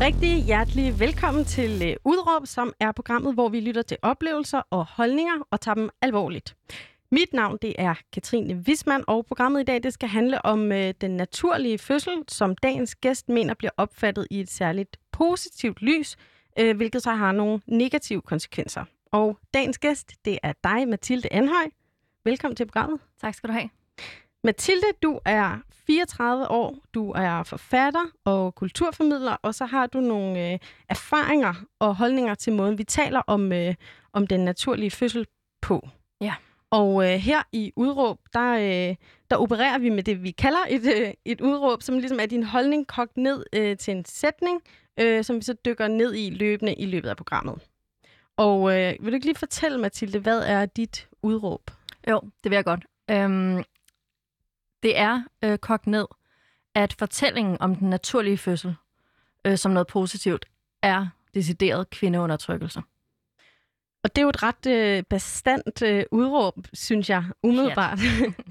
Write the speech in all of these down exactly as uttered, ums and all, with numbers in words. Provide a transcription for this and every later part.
Rigtig hjertelig velkommen til Udråb, som er programmet, hvor vi lytter til oplevelser og holdninger og tager dem alvorligt. Mit navn det er Katrine Wismann, og programmet i dag det skal handle om øh, den naturlige fødsel, som dagens gæst mener bliver opfattet i et særligt positivt lys, øh, hvilket så har nogle negative konsekvenser. Og dagens gæst, det er dig, Mathilde Anhøj. Velkommen til programmet. Tak skal du have. Mathilde, du er fireogtredive år, du er forfatter og kulturformidler, og så har du nogle øh, erfaringer og holdninger til måden, vi taler om, øh, om den naturlige fødsel på. Ja. Og øh, her i Udråb, der, øh, der opererer vi med det, vi kalder et, øh, et udråb, som ligesom er din holdning kogt ned øh, til en sætning, øh, som vi så dykker ned i løbende i løbet af programmet. Og øh, vil du ikke lige fortælle, Mathilde, hvad er dit udråb? Jo, det vil jeg godt. Øhm, det er øh, kogt ned, at fortællingen om den naturlige fødsel øh, som noget positivt er decideret kvindeundertrykkelse. Og det er jo et ret øh, bastant øh, udråb, synes jeg, umiddelbart.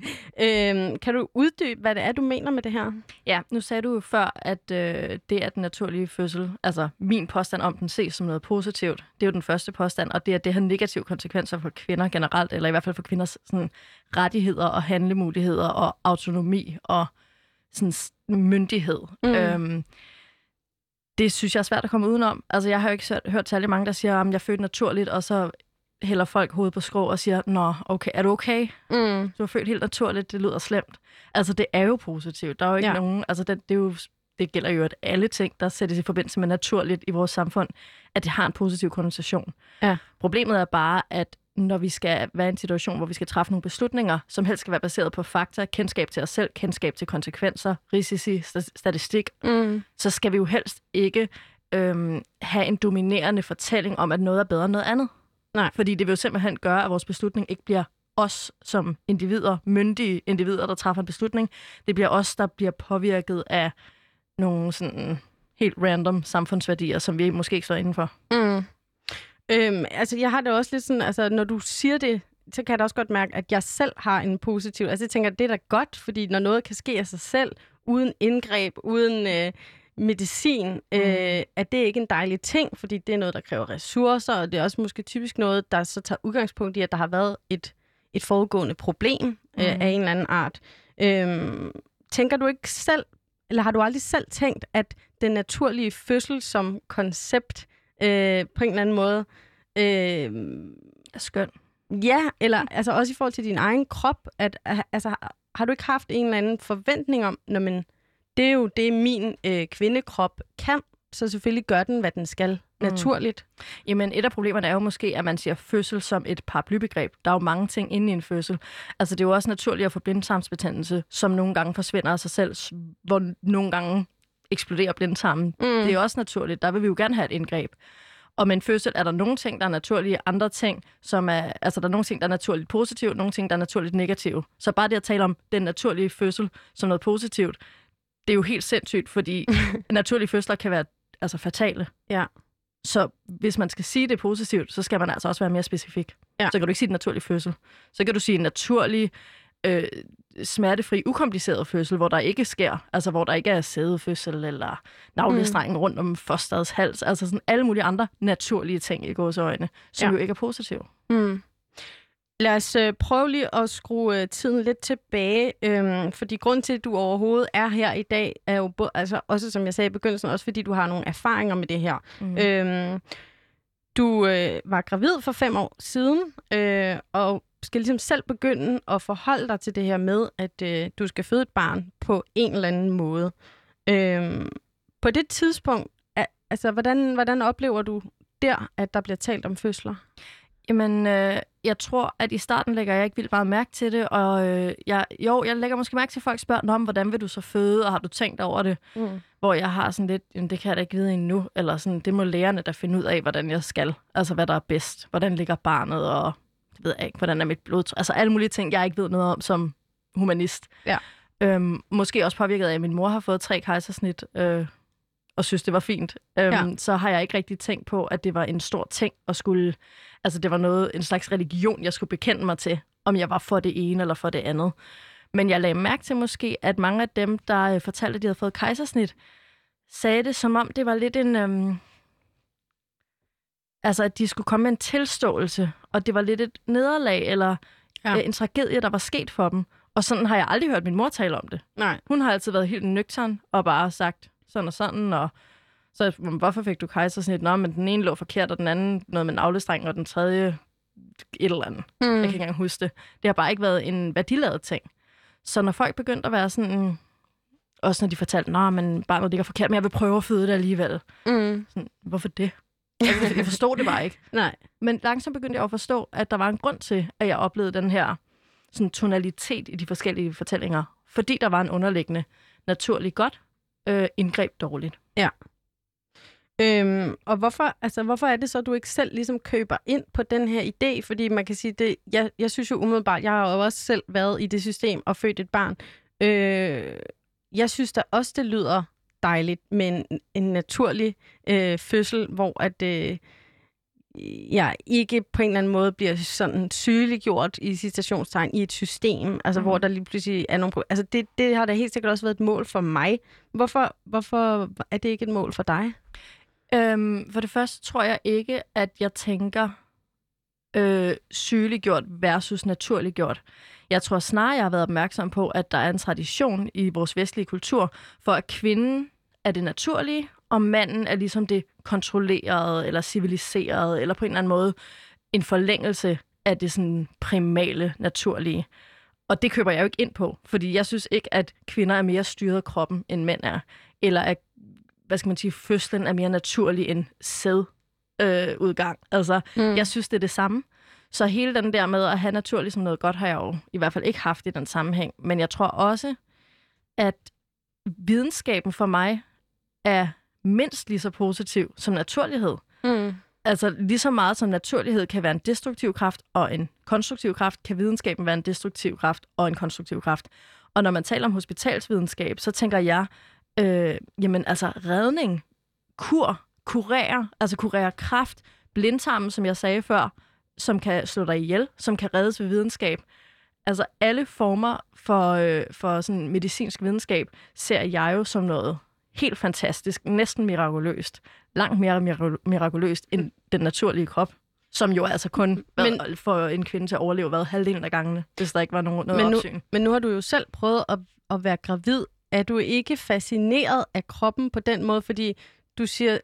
øhm, kan du uddybe, hvad det er, du mener med det her? Ja, nu sagde du jo før, at øh, det er den naturlige fødsel. Altså min påstand om den ses som noget positivt. Det er jo den første påstand, og det er, at det har negative konsekvenser for kvinder generelt, eller i hvert fald for kvinders sådan, rettigheder og handlemuligheder og autonomi og sådan, myndighed. Mm. Øhm, Det synes jeg er svært at komme udenom. Altså, jeg har jo ikke hørt, hørt særlig mange, der siger, at jeg er født naturligt, og så hælder folk hovedet på skrå og siger, nå, okay, er du okay? Mm. Du er født helt naturligt, det lyder slemt. Altså, det er jo positivt. Der er jo ikke ja. nogen... Altså, det, det, er jo, det gælder jo, at alle ting, der sættes i forbindelse med naturligt i vores samfund, at det har en positiv konnotation. Ja. Problemet er bare, at når vi skal være i en situation, hvor vi skal træffe nogle beslutninger, som helst skal være baseret på fakta, kendskab til os selv, kendskab til konsekvenser, risici, statistik, mm. så skal vi jo helst ikke øhm, have en dominerende fortælling om, at noget er bedre end noget andet. Nej. Fordi det vil jo simpelthen gøre, at vores beslutning ikke bliver os som individer, myndige individer, der træffer en beslutning. Det bliver os, der bliver påvirket af nogle sådan helt random samfundsværdier, som vi måske ikke står indenfor. Mm. Øhm, altså, jeg har det også lidt sådan, altså, når du siger det, så kan jeg da også godt mærke, at jeg selv har en positiv... Altså, jeg tænker, at det er da godt, fordi når noget kan ske af sig selv, uden indgreb, uden øh, medicin, mm. øh, at det ikke er en dejlig ting, fordi det er noget, der kræver ressourcer, og det er også måske typisk noget, der så tager udgangspunkt i, at der har været et, et foregående problem øh, mm. af en eller anden art. Øhm, tænker du ikke selv, eller har du aldrig selv tænkt, at den naturlige fødsel som koncept Øh, på en eller anden måde øh, er skøn. Ja, eller altså også i forhold til din egen krop, at altså har du ikke haft en eller anden forventning om, når man det er jo det min øh, kvindekrop kan, så selvfølgelig gør den hvad den skal mm. naturligt. Jamen et af problemerne er jo måske, at man siger fødsel som et paraplybegreb. Der er jo mange ting inde i en fødsel. Altså det er jo også naturligt at få blindtarmsbetændelse, som nogle gange forsvinder af sig selv, hvor nogle gange eksploderer blindtarmen. Mm. Det er også naturligt. Der vil vi jo gerne have et indgreb. Og med en fødsel er der nogle ting, der er naturlige, andre ting, som er... Altså, der er nogle ting, der er naturligt positive, nogle ting, der er naturligt negative. Så bare det at tale om den naturlige fødsel som noget positivt, det er jo helt sindssygt, fordi naturlige fødsler kan være altså fatale. Ja. Så hvis man skal sige det positivt, så skal man altså også være mere specifik. Ja. Så kan du ikke sige den naturlige fødsel. Så kan du sige en naturlig... Øh, smertefri, ukompliceret fødsel, hvor der ikke sker, altså hvor der ikke er sædefødsel eller navlestrengen mm. rundt om fosterets hals, altså sådan alle mulige andre naturlige ting i gåseøjne, som ja. jo ikke er positive. Mm. Lad os øh, prøve lige at skrue øh, tiden lidt tilbage, øhm, fordi grund til, at du overhovedet er her i dag, er jo bo- altså også, som jeg sagde i begyndelsen, også fordi du har nogle erfaringer med det her. Mm. Øhm, du øh, var gravid for fem år siden, øh, og skal ligesom selv begynde at forholde dig til det her med, at øh, du skal føde et barn på en eller anden måde. Øhm, på det tidspunkt, er, altså, hvordan, hvordan oplever du der, at der bliver talt om fødsler? Jamen, øh, jeg tror, at i starten lægger jeg ikke vildt meget mærke til det, og øh, jeg, jo, jeg lægger måske mærke til, at folk spørger, om hvordan vil du så føde, og har du tænkt over det? Mm. Hvor jeg har sådan lidt, jamen, det kan jeg da ikke vide endnu, eller sådan, det må lærerne da finde ud af, hvordan jeg skal. Altså, hvad der er bedst. Hvordan ligger barnet, og det ved jeg ikke, hvordan er mit blodtryk. Altså, alle mulige ting, jeg ikke ved noget om som humanist. Ja. Øhm, måske også påvirket af, at min mor har fået tre kejsersnit, øh, og synes, det var fint. Øhm, ja. Så har jeg ikke rigtig tænkt på, at det var en stor ting at skulle... Altså, det var noget, en slags religion, jeg skulle bekende mig til, om jeg var for det ene eller for det andet. Men jeg lagde mærke til måske, at mange af dem, der øh, fortalte, at de havde fået kejsersnit, sagde det, som om det var lidt en... Øhm, altså, at de skulle komme med en tilståelse, og det var lidt et nederlag, eller ja. øh, en tragedie, der var sket for dem. Og sådan har jeg aldrig hørt min mor tale om det. Nej. Hun har altid været helt nøgtern, og bare sagt sådan og sådan, og så hvorfor fik du kejsersnit? Nå, men den ene lå forkert, og den anden noget med navlestreng, og den tredje et eller andet. Mm. Jeg kan ikke engang huske det. Det har bare ikke været en værdiladet ting. Så når folk begyndte at være sådan... Også når de fortalte, nå, men barnet ligger forkert, men jeg vil prøve at føde det alligevel. Mm. Sådan, hvorfor det? Jeg, jeg forstod det bare ikke. Nej. Men langsomt begyndte jeg at forstå, at der var en grund til, at jeg oplevede den her sådan, tonalitet i de forskellige fortællinger. Fordi der var en underliggende naturlig godt, øh, indgreb dårligt. Ja. Øhm, og hvorfor, altså, hvorfor er det så, at du ikke selv ligesom køber ind på den her idé? Fordi man kan sige, det, jeg, jeg synes jo umiddelbart, jeg har jo også selv været i det system og født et barn. Øh, jeg synes da også, det lyder dejligt med en, en naturlig øh, fødsel, hvor at øh, jeg ikke på en eller anden måde bliver sådan sygeliggjort i citationstegn i et system, altså mm. hvor der lige pludselig er nogle... Altså det, det har da helt sikkert også været et mål for mig. Hvorfor, hvorfor er det ikke et mål for dig? Øhm, for det første tror jeg ikke, at jeg tænker øh, sygeliggjort versus naturliggjort. Jeg tror snarere, jeg har været opmærksom på, at der er en tradition i vores vestlige kultur, for at kvinden er det naturlige, og manden er ligesom det kontrollerede, eller civiliserede, eller på en eller anden måde en forlængelse af det sådan primale, naturlige. Og det køber jeg jo ikke ind på, fordi jeg synes ikke, at kvinder er mere styret af kroppen, end mænd er. Eller at, hvad skal man sige, fødslen er mere naturlig end sædudgang. Øh, altså, mm. jeg synes, det er det samme. Så hele den der med at have naturligt som noget godt, har jeg jo i hvert fald ikke haft i den sammenhæng. Men jeg tror også, at videnskaben for mig er mindst lige så positiv som naturlighed. Mm. Altså lige så meget som naturlighed kan være en destruktiv kraft og en konstruktiv kraft, kan videnskaben være en destruktiv kraft og en konstruktiv kraft. Og når man taler om hospitalsvidenskab, så tænker jeg, øh, jamen altså redning, kur, kurere, altså kurere kræft, blindtarmen, som jeg sagde før, som kan slå dig ihjel, som kan reddes ved videnskab. Altså alle former for, øh, for sådan medicinsk videnskab ser jeg jo som noget helt fantastisk, næsten mirakuløst. Langt mere mirakuløst end den naturlige krop, som jo altså kun men, for en kvinde til at overleve været halvdelen af gangene, hvis der ikke var nogen, noget men nu, opsyn. Men nu har du jo selv prøvet at, at være gravid. Er du ikke fascineret af kroppen på den måde? Fordi du siger...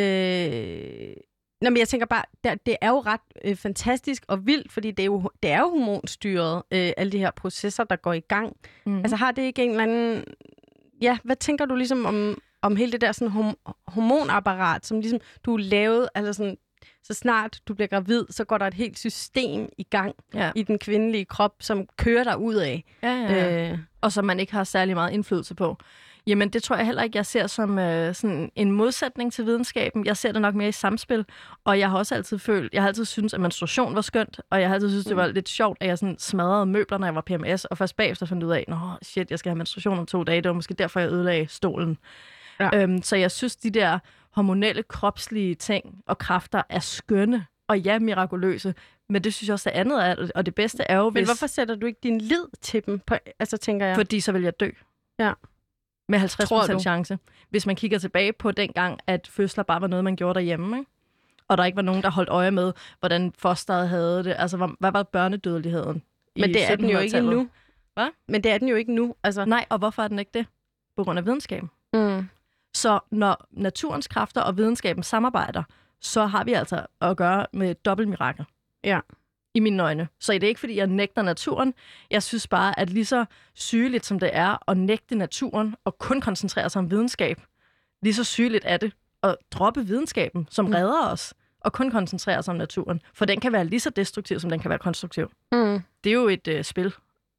Øh Nå, men jeg tænker bare, det, det er jo ret øh, fantastisk og vildt, fordi det er jo, det er jo hormonstyret, øh, alle de her processer, der går i gang. Mm. Altså har det ikke en eller anden... Ja, hvad tænker du ligesom om, om hele det der sådan hom- hormonapparat, som ligesom du er lavet, altså sådan, så snart du bliver gravid, så går der et helt system i gang ja. i den kvindelige krop, som kører dig ud af. Ja, ja, ja. Øh. Og som man ikke har særlig meget indflydelse på. Jamen, det tror jeg heller ikke, jeg ser som øh, sådan en modsætning til videnskaben. Jeg ser det nok mere i samspil, og jeg har også altid følt, jeg har altid syntes, at menstruation var skønt, og jeg har altid syntes, det var lidt sjovt, at jeg sådan smadrede møbler, når jeg var P M S, og først bagefter fandt ud af, nå shit, jeg skal have menstruation om to dage, det var måske derfor, jeg ødelagde stolen. Ja. Øhm, så jeg synes, de der hormonelle, kropslige ting og kræfter er skønne, og ja, mirakuløse, men det synes jeg også, det andet er, og det bedste er jo, men hvis... hvorfor sætter du ikke din lid til dem, på, altså tænker jeg? Fordi så vil jeg dø. Ja. Med halvtreds procent chance. Hvis man kigger tilbage på dengang, at fødsler bare var noget, man gjorde derhjemme, ikke? Og der ikke var nogen, der holdt øje med, hvordan fosteret havde det. Altså, hvad var børnedødeligheden? Men det er den jo ikke nu. Hvad? Men det er den jo ikke nu. Altså... Nej, og hvorfor er den ikke det? På grund af videnskaben. Mm. Så når naturens kræfter og videnskaben samarbejder, så har vi altså at gøre med et dobbelt mirakel. Ja. I mine øjne. Så det er ikke, fordi jeg nægter naturen. Jeg synes bare, at lige så sygeligt som det er at nægte naturen og kun koncentrere sig om videnskab, lige så sygeligt er det at droppe videnskaben, som mm. redder os, og kun koncentrere sig om naturen. For den kan være lige så destruktiv, som den kan være konstruktiv. Mm. Det er jo et øh, spil.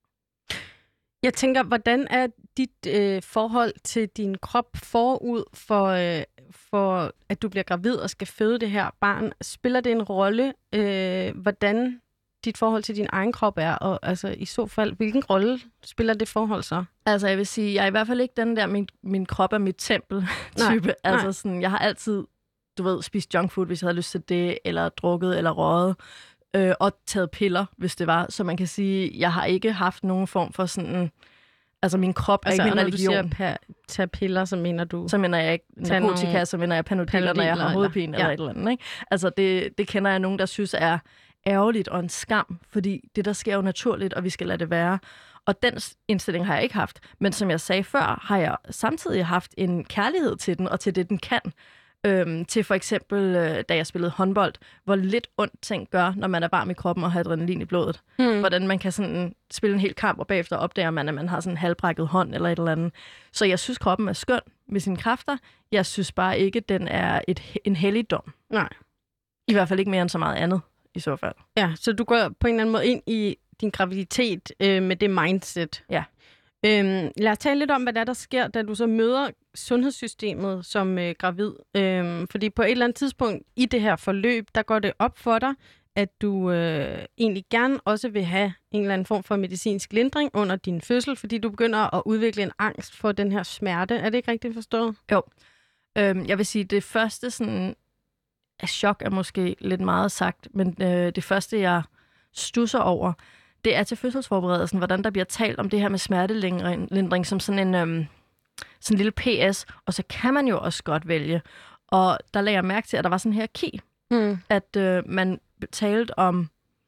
Jeg tænker, hvordan er dit øh, forhold til din krop forud for, øh, for, at du bliver gravid og skal føde det her barn? Spiller det en rolle, øh, hvordan dit forhold til din egen krop er? Og altså, i så fald, hvilken rolle spiller det forhold så? Altså, jeg vil sige, jeg er i hvert fald ikke den der, min, min krop er mit tempel-type. Nej, altså, nej. Sådan, jeg har altid, du ved, spist junkfood, hvis jeg havde lyst til det, eller drukket, eller røget. Øh, og taget piller, hvis det var. Så man kan sige, jeg har ikke haft nogen form for sådan Altså, min krop er altså, ikke min når religion. du siger pa- tage piller, så mener du... Så mener jeg ikke narkotika, nogle... så mener jeg panodiler, når jeg har hovedpine eller, ja. eller et eller andet. Ikke? Altså, det, det kender jeg nogen, der synes er ærgerligt og en skam, fordi det, der sker jo naturligt, og vi skal lade det være. Og den indstilling har jeg ikke haft. Men som jeg sagde før, har jeg samtidig haft en kærlighed til den, og til det, den kan. Øhm, til for eksempel, øh, da jeg spillede håndbold, hvor lidt ondt ting gør, når man er varm i kroppen og har adrenalin i blodet. Hmm. Hvordan man kan sådan spille en hel kamp, og bagefter opdager man, at man har sådan en halvbrækket hånd eller et eller andet. Så jeg synes, kroppen er skøn med sine kræfter. Jeg synes bare ikke, den er et, en helligdom. Nej. I hvert fald ikke mere end så meget andet, i så fald. Ja, så du går på en eller anden måde ind i din graviditet øh, med det mindset. Ja. Øhm, lad os tale lidt om, hvad der, der sker, da du så møder sundhedssystemet som øh, gravid. Øhm, fordi på et eller andet tidspunkt i det her forløb, der går det op for dig, at du øh, egentlig gerne også vil have en eller anden form for medicinsk lindring under din fødsel, fordi du begynder at udvikle en angst for den her smerte. Er det ikke rigtigt forstået? Jo. Øhm, jeg vil sige, det første sådan... chok er måske lidt meget sagt, men øh, det første, jeg stusser over, det er til fødselsforberedelsen, hvordan der bliver talt om det her med smertelindring som sådan en, øhm, sådan en lille P S, og så kan man jo også godt vælge. Og der lagde jeg mærke til, at der var sådan her key, mm. at øh, man talte om,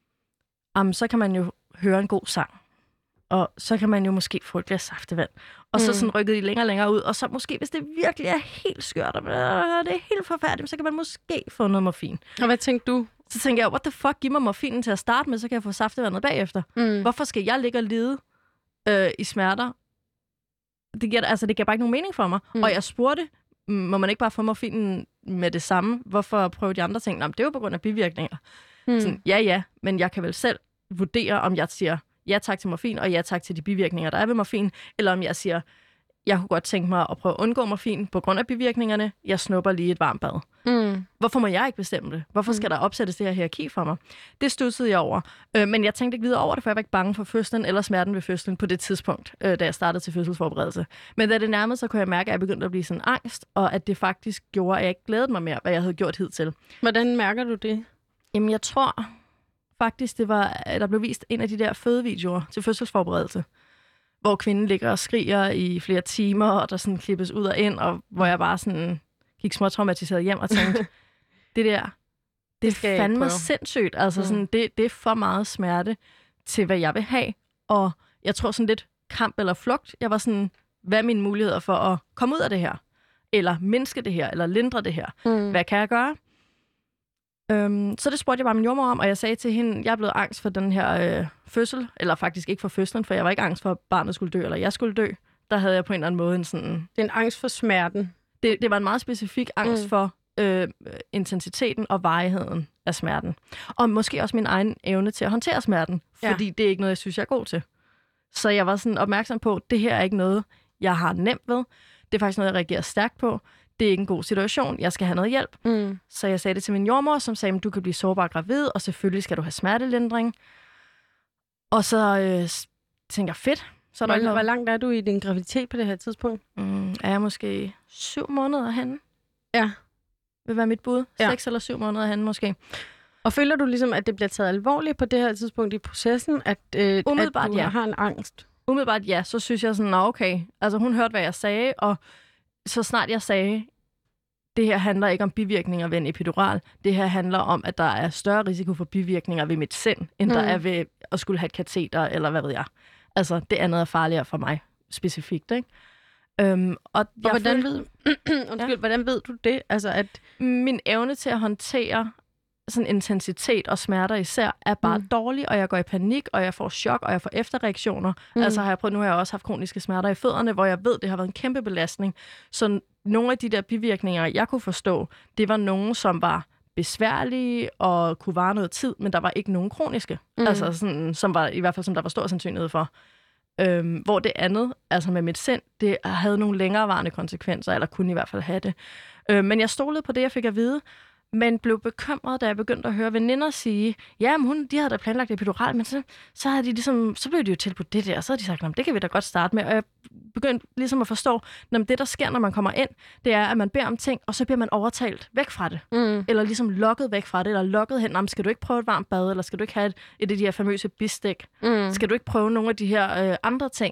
om, så kan man jo høre en god sang, og så kan man jo måske få et glas saftevand. Og så sådan rykkede de længere og længere ud, og så måske, hvis det virkelig er helt skørt, og det er helt forfærdeligt, så kan man måske få noget morfin. Og hvad tænkte du? Så tænkte jeg, what the fuck, giv mig morfinen til at starte med, så kan jeg få saftevandet bagefter. Mm. Hvorfor skal jeg ligge og lide øh, i smerter? Det giver, altså, det giver bare ikke nogen mening for mig. Mm. Og jeg spurgte, må man ikke bare få morfinen med det samme? Hvorfor prøve de andre ting? Nå, det er jo på grund af bivirkninger. Mm. Sådan, ja, ja, men jeg kan vel selv vurdere, om jeg siger ja tak til morfin, og ja tak til de bivirkninger, der er ved morfin, eller om jeg siger, jeg kunne godt tænke mig at prøve at undgå morfin på grund af bivirkningerne, jeg snupper lige et varmt bad. Mm. Hvorfor må jeg ikke bestemme det? Hvorfor skal mm. der opsættes det her hierarki for mig? Det studsede jeg over. Øh, men jeg tænkte ikke videre over det, for jeg var ikke bange for fødslen eller smerten ved fødslen på det tidspunkt, øh, da jeg startede til fødselsforberedelse. Men da det nærmede, så kunne jeg mærke, at jeg begyndte at blive sådan angst, og at det faktisk gjorde, at jeg ikke glædede mig mere, hvad jeg havde gjort hidtil. Hvordan mærker du det? Jamen, jeg tror faktisk, det var, at der blev vist en af de der fødevideoer til fødselsforberedelse, hvor kvinden ligger og skriger i flere timer, og der sådan klippes ud og ind, og hvor jeg bare sådan gik småtraumatiseret hjem og tænkte, det der, det er fandme sindssygt. Altså mm. sådan, det, det er for meget smerte til, hvad jeg vil have. Og jeg tror sådan lidt kamp eller flugt. Jeg var sådan, hvad er mine muligheder for at komme ud af det her? Eller mindske det her? Eller lindre det her? Mm. Hvad kan jeg gøre? Øhm, så det spurgte jeg bare min jordmor om, og jeg sagde til hende, jeg er blevet angst for den her øh, fødsel, eller faktisk ikke for fødslen, for jeg var ikke angst for, at barnet skulle dø, eller jeg skulle dø. Der havde jeg på en eller anden måde en sådan... Det er en angst for smerten. Det, det var en meget specifik angst mm. for øh, intensiteten og varigheden af smerten. Og måske også min egen evne til at håndtere smerten, fordi ja. det er ikke noget, jeg synes, jeg er god til. Så jeg var sådan opmærksom på, at det her er ikke noget, jeg har nemt ved. Det er faktisk noget, jeg reagerer stærkt på. Det er ikke en god situation, jeg skal have noget hjælp. Mm. Så jeg sagde det til min jordmor, som sagde, at du kan blive sårbar gravid, og selvfølgelig skal du have smertelindring. Og så øh, tænker jeg, fedt. Så hvor, hvor langt er du i din graviditet på det her tidspunkt? Mm, er jeg måske syv måneder henne? Ja. Vil være mit bud. Ja. Seks eller syv måneder henne måske. Og føler du ligesom, at det bliver taget alvorligt på det her tidspunkt i processen, at, øh, at du ja. har en angst? Umiddelbart ja, så synes jeg sådan, nå okay. Altså hun hørte, hvad jeg sagde, og så snart jeg sagde, det her handler ikke om bivirkninger ved en epidural. Det her handler om, at der er større risiko for bivirkninger ved mit sind, end mm. der er ved at skulle have et kateter, eller hvad ved jeg. Altså, det andet er farligere for mig, specifikt, ikke? Øhm, og og hvordan, følte, ved, undskyld, ja. hvordan ved du det? Altså, at min evne til at håndtere sådan intensitet og smerter især, er bare mm. dårlig, og jeg går i panik, og jeg får chok, og jeg får efterreaktioner. Mm. Altså har jeg prøvet, nu har jeg også haft kroniske smerter i fødderne, hvor jeg ved, det har været en kæmpe belastning. Så nogle af de der bivirkninger, jeg kunne forstå, det var nogen, som var besværlige og kunne vare noget tid, men der var ikke nogen kroniske. Mm. Altså sådan, som var, i hvert fald som der var stor sandsynlighed for. Øhm, hvor det andet, altså med mit sind, det havde nogle længerevarende konsekvenser, eller kunne i hvert fald have det. Øh, men jeg stolede på det, jeg fik at vide, men blev bekymret, da jeg begyndte at høre veninder sige, ja, men hun, de havde da planlagt epidural, men så, så, havde de ligesom, så blev de jo tilbudt det der, og så havde de sagt, det kan vi da godt starte med. Og jeg begyndte ligesom at forstå, at det, der sker, når man kommer ind, det er, at man beder om ting, og så bliver man overtalt væk fra det. Mm. Eller ligesom lokket væk fra det, eller lokket hen, jamen, skal du ikke prøve et varmt bad, eller skal du ikke have et, et af de her famøse bistik? Mm. Skal du ikke prøve nogle af de her øh, andre ting?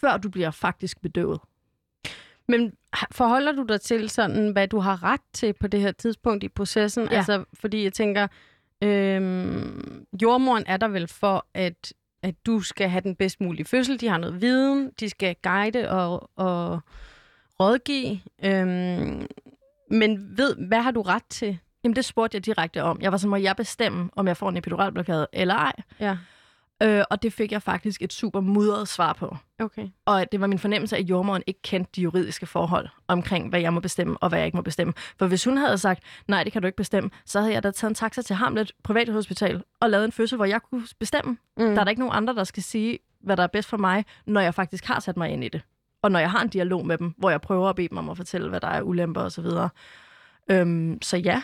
før du bliver faktisk bedøvet. Men forholder du dig til sådan, hvad du har ret til på det her tidspunkt i processen? Ja. Altså, fordi jeg tænker, øhm, jordmoren er der vel for, at, at du skal have den bedst mulige fødsel. De har noget viden, de skal guide og, og rådgive. Øhm, men ved, hvad har du ret til? Jamen, det spurgte jeg direkte om. Jeg var sådan, må jeg bestemme, om jeg får en epiduralblokade eller ej? Ja. Øh, og det fik jeg faktisk et super mudret svar på. Okay. Og det var min fornemmelse, at jordmoren ikke kendte de juridiske forhold omkring, hvad jeg må bestemme og hvad jeg ikke må bestemme. For hvis hun havde sagt, nej, det kan du ikke bestemme, så havde jeg da taget en taxa til Hamlet Privathospital og lavet en fødsel, hvor jeg kunne bestemme. Mm. Der er der ikke nogen andre, der skal sige, hvad der er bedst for mig, når jeg faktisk har sat mig ind i det. Og når jeg har en dialog med dem, hvor jeg prøver at bede dem om at fortælle, hvad der er ulemper osv. Øhm, så ja.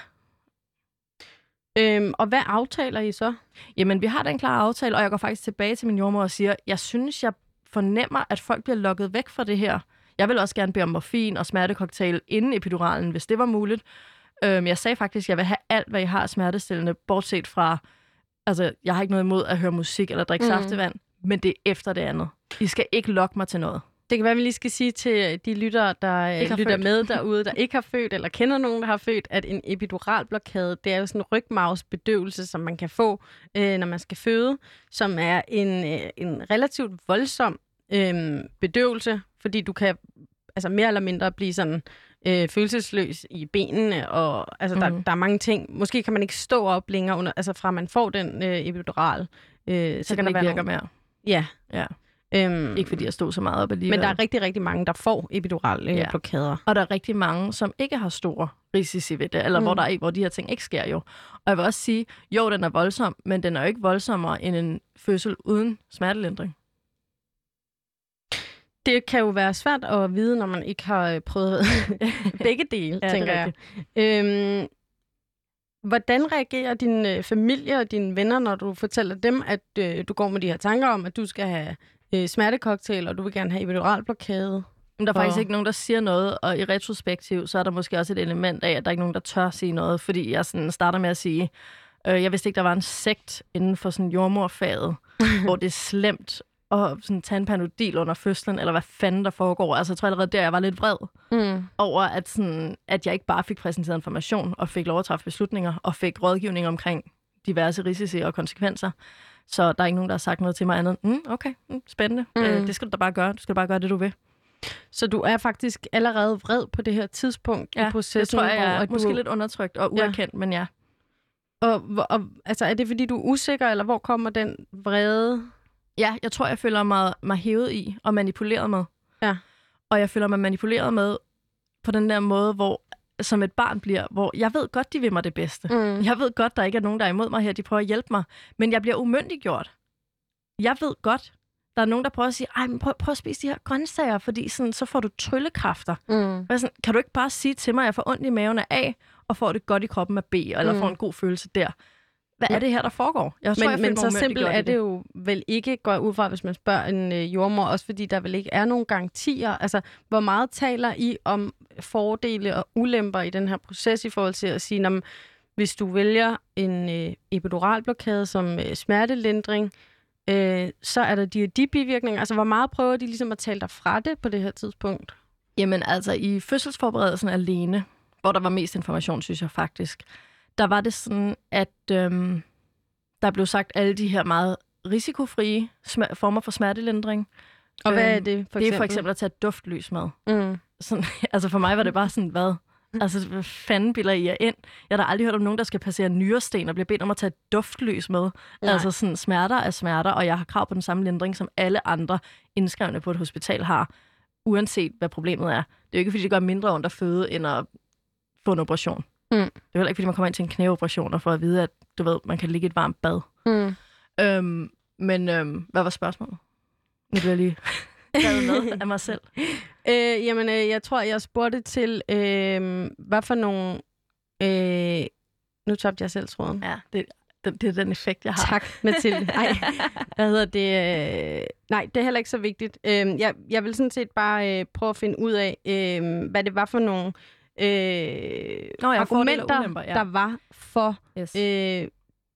Øhm, og hvad aftaler I så? Jamen, vi har da en klar aftale, og jeg går faktisk tilbage til min jordmor og siger, jeg synes, jeg fornemmer, at folk bliver lukket væk fra det her. Jeg vil også gerne bede om morfin og smertecocktail inden epiduralen, hvis det var muligt. Øhm, jeg sagde faktisk, at jeg vil have alt, hvad I har smertestillende, bortset fra, altså, jeg har ikke noget imod at høre musik eller drikke mm. saftevand, men det er efter det andet. I skal ikke lokke mig til noget. Det kan være, at vi lige skal sige til de lyttere, der lytter født. med derude, der ikke har født, eller kender nogen, der har født, at en epiduralblokade, det er jo sådan en rygmarvsbedøvelse, som man kan få, øh, når man skal føde, som er en, øh, en relativt voldsom øh, bedøvelse, fordi du kan altså mere eller mindre blive sådan øh, følelsesløs i benene, og altså, mm. der, der er mange ting. Måske kan man ikke stå op længere, under, altså fra man får den øh, epidural. Øh, så, så kan der ikke være virker nogle... mere. Ja. Ja. Øhm, ikke fordi jeg stod så meget op alligevel. Men der er rigtig, rigtig mange, der får epidural øh, ja. blokader. Og der er rigtig mange, som ikke har store risici ved det, eller mm. hvor, der er, hvor de her ting ikke sker jo. Og jeg vil også sige, jo, den er voldsom, men den er jo ikke voldsommere end en fødsel uden smertelindring. Det kan jo være svært at vide, når man ikke har prøvet begge dele, ja, tænker jeg. Øhm, hvordan reagerer din familie og dine venner, når du fortæller dem, at øh, du går med de her tanker om, at du skal have øh, smertecocktail, og du vil gerne have epiduralblokade? Men der er faktisk ikke nogen, der siger noget, og i retrospektiv, så er der måske også et element af, at der er ikke nogen, der tør sige noget, fordi jeg sådan starter med at sige, øh, jeg vidste ikke, der var en sekt inden for sådan jordmorfaget, hvor det er slemt at sådan, tage en Panodil under fødslen, eller hvad fanden der foregår. Altså, jeg tror allerede der, jeg var lidt vred mm. over, at, sådan, at jeg ikke bare fik præsenteret information, og fik lov at træffe beslutninger, og fik rådgivning omkring diverse risici og konsekvenser. Så der er ikke nogen, der har sagt noget til mig andet. Mm, okay, mm, spændende. Mm. Øh, det skal du da bare gøre. Du skal bare gøre det, du vil. Så du er faktisk allerede vred på det her tidspunkt ja, i processen? det tror jeg, jeg er du... måske lidt undertrykt og uerkendt, ja. men ja. Og, og altså, er det fordi, du er usikker, eller hvor kommer den vrede? Ja, jeg tror, jeg føler mig, mig hævet i og manipuleret med. Ja. Og jeg føler mig manipuleret med på den der måde, hvor som et barn bliver, hvor jeg ved godt, de vil mig det bedste. Mm. Jeg ved godt, der ikke er nogen, der er imod mig her. De prøver at hjælpe mig. Men jeg bliver umyndiggjort. Jeg ved godt, der er nogen, der prøver at sige, ej, men prøv, prøv at spise de her grøntsager, fordi sådan, så får du tryllekræfter. Mm. Sådan, kan du ikke bare sige til mig, at jeg får ondt i maven af A, og får det godt i kroppen af B, eller mm. får en god følelse der? Hvad er det her, der foregår? Jeg tror, men jeg men så simpelt er det jo vel ikke, går ud fra, hvis man spørger en øh, jordmor, også fordi der vel ikke er nogen garantier. Altså, hvor meget taler I om fordele og ulemper i den her proces i forhold til at sige, når, hvis du vælger en øh, epiduralblokade som øh, smertelindring, øh, så er der de de bivirkninger. Altså, hvor meget prøver de ligesom at tale dig fra det på det her tidspunkt? Jamen, altså, i fødselsforberedelsen alene, hvor der var mest information, synes jeg faktisk, der var det sådan, at øhm, der blev sagt alle de her meget risikofrie sm- former for smertelindring. Og hvad er det for eksempel? Det er for eksempel at tage et duftlys med. Mm. Sådan, altså for mig var det bare sådan, hvad? Altså, hvad fanden bilder I jer ind? Jeg har da aldrig hørt om nogen, der skal passere nyresten og bliver bedt om at tage et duftlys med. Nej. Altså sådan, smerter er smerter, og jeg har krav på den samme lindring, som alle andre indskrevne på et hospital har, uanset hvad problemet er. Det er jo ikke, fordi det gør mindre ondt at føde, end at få en operation. Mm. Det er heller ikke, fordi man kommer ind til en knæoperation og får at vide, at du ved, man kan ligge i et varmt bad. Mm. Øhm, men øhm, hvad var spørgsmålet? Nu bliver jeg lige med af mig selv. Øh, jamen, øh, jeg tror, jeg spurgte til, øh, hvad for nogle... Øh, nu tabte jeg selv tråden. Ja, det, det, det er den effekt, jeg har. Tak, Mathilde. Nej, hvad hedder det? Øh, nej, det er heller ikke så vigtigt. Øh, jeg, jeg vil sådan set bare øh, prøve at finde ud af, øh, hvad det var for nogle... Øh, Nå, argumenter, ulemper, ja. der var for yes. øh,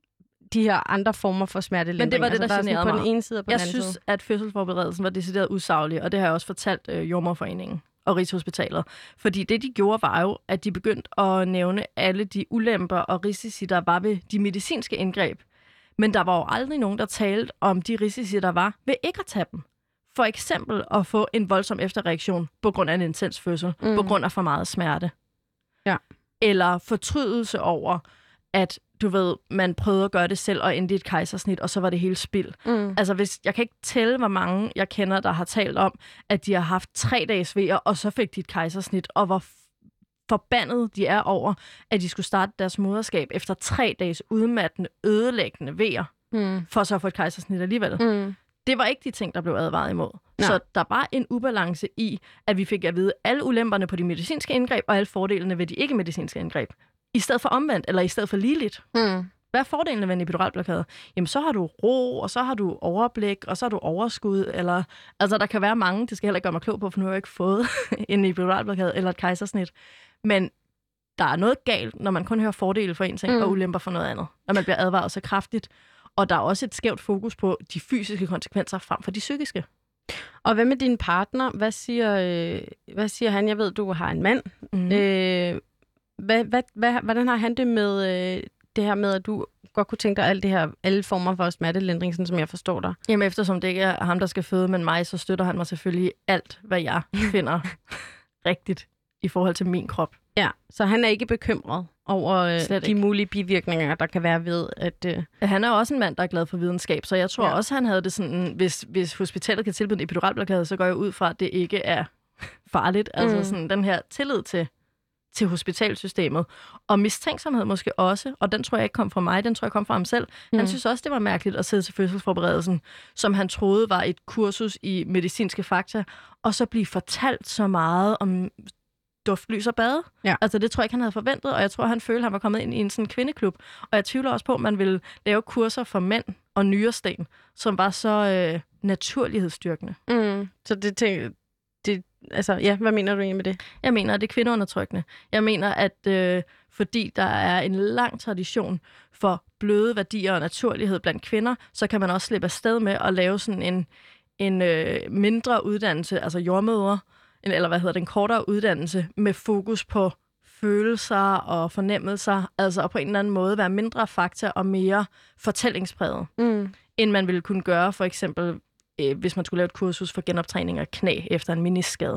de her andre former for smertelindring. Men det var det, altså, der generede mig. På den ene side og på jeg den anden synes, side. at fødselsforberedelsen var decideret usaglig, og det har jeg også fortalt øh, Jordemoderforeningen og Rigshospitalet. Fordi det, de gjorde, var jo, at de begyndte at nævne alle de ulemper og risici, der var ved de medicinske indgreb. Men der var jo aldrig nogen, der talte om de risici, der var ved ikke at tage dem. For eksempel at få en voldsom efterreaktion på grund af en intens fødsel, mm. på grund af for meget smerte. Ja. Eller fortrydelse over, at du ved, man prøvede at gøre det selv og endte i et kejsersnit, og så var det hele spild. Mm. Altså, hvis, jeg kan ikke tælle, hvor mange jeg kender, der har talt om, at de har haft tre dages vejer, og så fik de et kejsersnit, og hvor forbandet de er over, at de skulle starte deres moderskab efter tre dages udmattende, ødelæggende vejer, mm. for så at få et kejsersnit alligevel. Mm. Det var ikke de ting, der blev advaret imod. Nej. Så der var en ubalance i, at vi fik at vide alle ulemperne på de medicinske indgreb, og alle fordelene ved de ikke-medicinske indgreb. I stedet for omvendt, eller i stedet for ligeligt. Mm. Hvad er fordelene ved en epiduralblokade? Jamen, så har du ro, og så har du overblik, og så har du overskud, eller... Altså, der kan være mange, det skal heller ikke gøre mig klog på, for nu har jeg ikke fået en epiduralblokade eller et kejsersnit. Men der er noget galt, når man kun hører fordele for en ting, mm. og ulemper for noget andet. Når man bliver advaret så kraftigt. Og der er også et skævt fokus på de fysiske konsekvenser frem for de psykiske. Og hvad med din partner? Hvad siger, øh, hvad siger han? Jeg ved, du har en mand. Mm. Øh, hvad, hvad, hvad, hvordan har han det med øh, det her med, at du godt kunne tænke dig alle, det her, alle former for smertelindring, sådan som jeg forstår dig? Jamen, eftersom det ikke er ham, der skal føde, men mig, så støtter han mig selvfølgelig alt, hvad jeg finder rigtigt i forhold til min krop. Ja, så han er ikke bekymret over øh, de ikke. mulige bivirkninger, der kan være ved, at... Øh... Han er også en mand, der er glad for videnskab, så jeg tror ja. også, han havde det sådan, hvis, hvis hospitalet kan tilbyde en epiduralblokade, så går jeg ud fra, at det ikke er farligt. Mm. Altså sådan den her tillid til, til hospitalsystemet. Og mistænksomhed måske også, og den tror jeg ikke kom fra mig, den tror jeg kom fra ham selv. Mm. Han synes også, det var mærkeligt at sidde til fødselsforberedelsen, som han troede var et kursus i medicinske fakta, og så blive fortalt så meget om duftlys og bade. Ja. Altså, det tror jeg ikke, han havde forventet, og jeg tror, han følte, at han var kommet ind i en sådan kvindeklub. Og jeg tvivler også på, at man ville lave kurser for mænd og nyresten, som var så øh, naturlighedsstyrkende. Mm. Så det tænker det, altså, ja, hvad mener du egentlig med det? Jeg mener, at det er kvindeundertrykkende. Jeg mener, at øh, fordi der er en lang tradition for bløde værdier og naturlighed blandt kvinder, så kan man også slippe afsted med at lave sådan en, en øh, mindre uddannelse, altså jordmødre, eller hvad hedder det, en kortere uddannelse med fokus på følelser og fornemmelser, altså på en eller anden måde være mindre fakta og mere fortællingspræget, mm. end man ville kunne gøre, for eksempel, øh, hvis man skulle lave et kursus for genoptræning af knæ efter en meniskskade.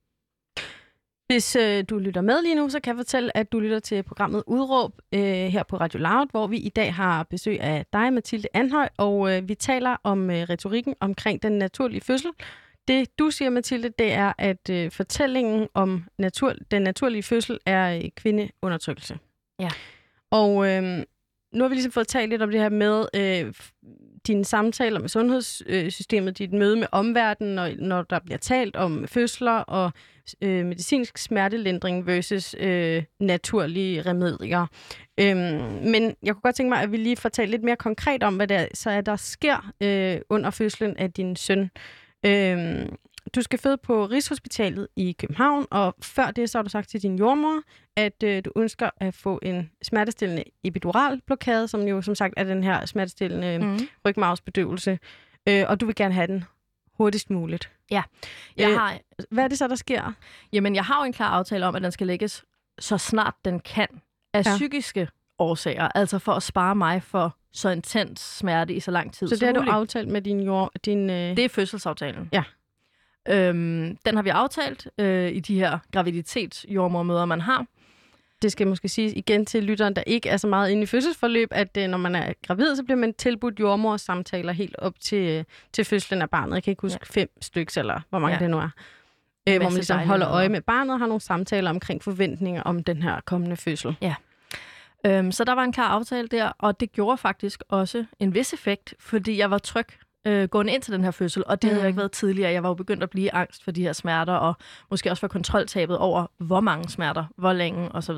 Hvis øh, du lytter med lige nu, så kan jeg fortælle, at du lytter til programmet Udråb øh, her på Radio Loud, hvor vi i dag har besøg af dig, Mathilde Anhøj, og øh, vi taler om øh, retorikken omkring den naturlige fødsel. Det, du siger, Mathilde, det er, at øh, fortællingen om natur, den naturlige fødsel er øh, kvindeundertrykkelse. Ja. Og øh, nu har vi ligesom fået talt lidt om det her med øh, dine samtaler med sundhedssystemet, dit møde med omverdenen, når, når der bliver talt om fødsler og øh, medicinsk smertelindring versus øh, naturlige remedier. Øh, men jeg kunne godt tænke mig, at vi lige får talt lidt mere konkret om, hvad der så er, der sker øh, under fødslen af din søn. Øhm, du skal føde på Rigshospitalet i København, og før det så har du sagt til din jordmor, at øh, du ønsker at få en smertestillende epiduralblokade, som jo som sagt er den her smertestillende mm. rygmarvsbedøvelse, øh, og du vil gerne have den hurtigst muligt. Ja. Jeg øh, har... Hvad er det så, der sker? Jamen, jeg har jo en klar aftale om, at den skal lægges så snart den kan af ja. psykiske årsager, altså for at spare mig for så intens smerte i så lang tid. Så det har du aftalt med din jord... Din, øh... Det er fødselsaftalen. Ja. Øhm, den har vi aftalt øh, i de her graviditetsjordmormøder, man har. Det skal måske siges igen til lytteren, der ikke er så meget inde i fødselsforløb, at øh, når man er gravid, så bliver man tilbudt jordmorsamtaler helt op til, øh, til fødslen af barnet. Jeg kan ikke huske ja. fem stykker, eller hvor mange ja. det nu er. Øh, hvor man ligesom holder øje med barnet og har nogle samtaler omkring forventninger om den her kommende fødsel. Ja. Øhm, så der var en klar aftale der, og det gjorde faktisk også en vis effekt, fordi jeg var tryg øh, gående ind til den her fødsel, og det mm. havde jeg ikke været tidligere. Jeg var jo begyndt at blive angst for de her smerter, og måske også for kontroltabet over, hvor mange smerter, hvor længe osv.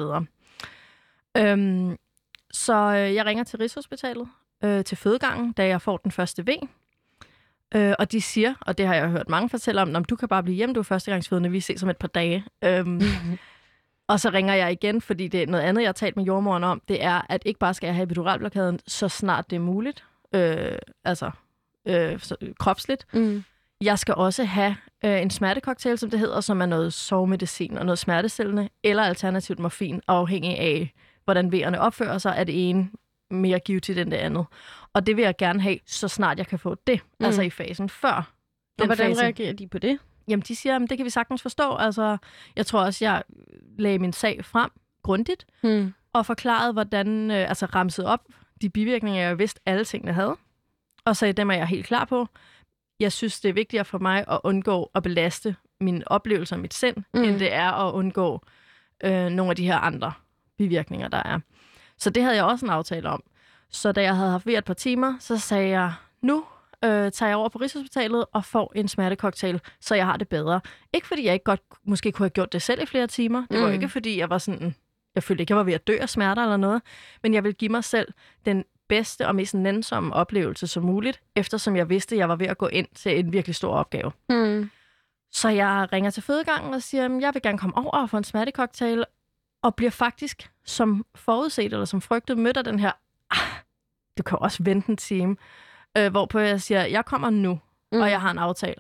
Øhm, så øh, jeg ringer til Rigshospitalet, øh, til fødegangen, da jeg får den første V. Øh, og de siger, og det har jeg hørt mange fortælle om, om du kan bare blive hjemme, du er førstegangsfødende, vi ses om et par dage. Øhm, Og så ringer jeg igen, fordi det er noget andet, jeg har talt med jordmoren om. Det er, at ikke bare skal jeg have epiduralblokaden, så snart det er muligt. Øh, altså øh, så, kropsligt. Mm. Jeg skal også have øh, en smertecocktail, som det hedder, som er noget sovemedicin og noget smertestillende, eller alternativt morfin, afhængig af, hvordan vejerne opfører sig, er det ene mere givtigt end det andet. Og det vil jeg gerne have, så snart jeg kan få det. Mm. Altså i fasen før. Og hvordan fase. reagerer de på det? Jamen, de siger, at det kan vi sagtens forstå. Altså, jeg tror også, jeg lagde min sag frem grundigt, mm. og forklarede, hvordan, øh, altså ramsede op de bivirkninger, jeg vidste, alle tingene havde. Og så dem er jeg helt klar på. Jeg synes, det er vigtigere for mig at undgå at belaste mine oplevelser og mit sind, mm. end det er at undgå øh, nogle af de her andre bivirkninger, der er. Så det havde jeg også en aftale om. Så da jeg havde haft ved et par timer, så sagde jeg, nu øh, tager jeg over på Rigshospitalet og får en smertecocktail, så jeg har det bedre. Ikke fordi jeg ikke godt måske kunne have gjort det selv i flere timer. Det var mm. ikke fordi jeg var sådan, jeg følte ikke, jeg var ved at dø af smerter eller noget, men jeg ville give mig selv den bedste og mest nænsomme oplevelse som muligt, eftersom jeg vidste, at jeg var ved at gå ind til en virkelig stor opgave. Mm. Så jeg ringer til fødegangen og siger, at jeg vil gerne komme over og få en smertecocktail, og bliver faktisk som forudset eller som frygtet mødt af den her, ah, du kan også vente en time, øh, hvorpå jeg siger, jeg kommer nu, mm. og jeg har en aftale.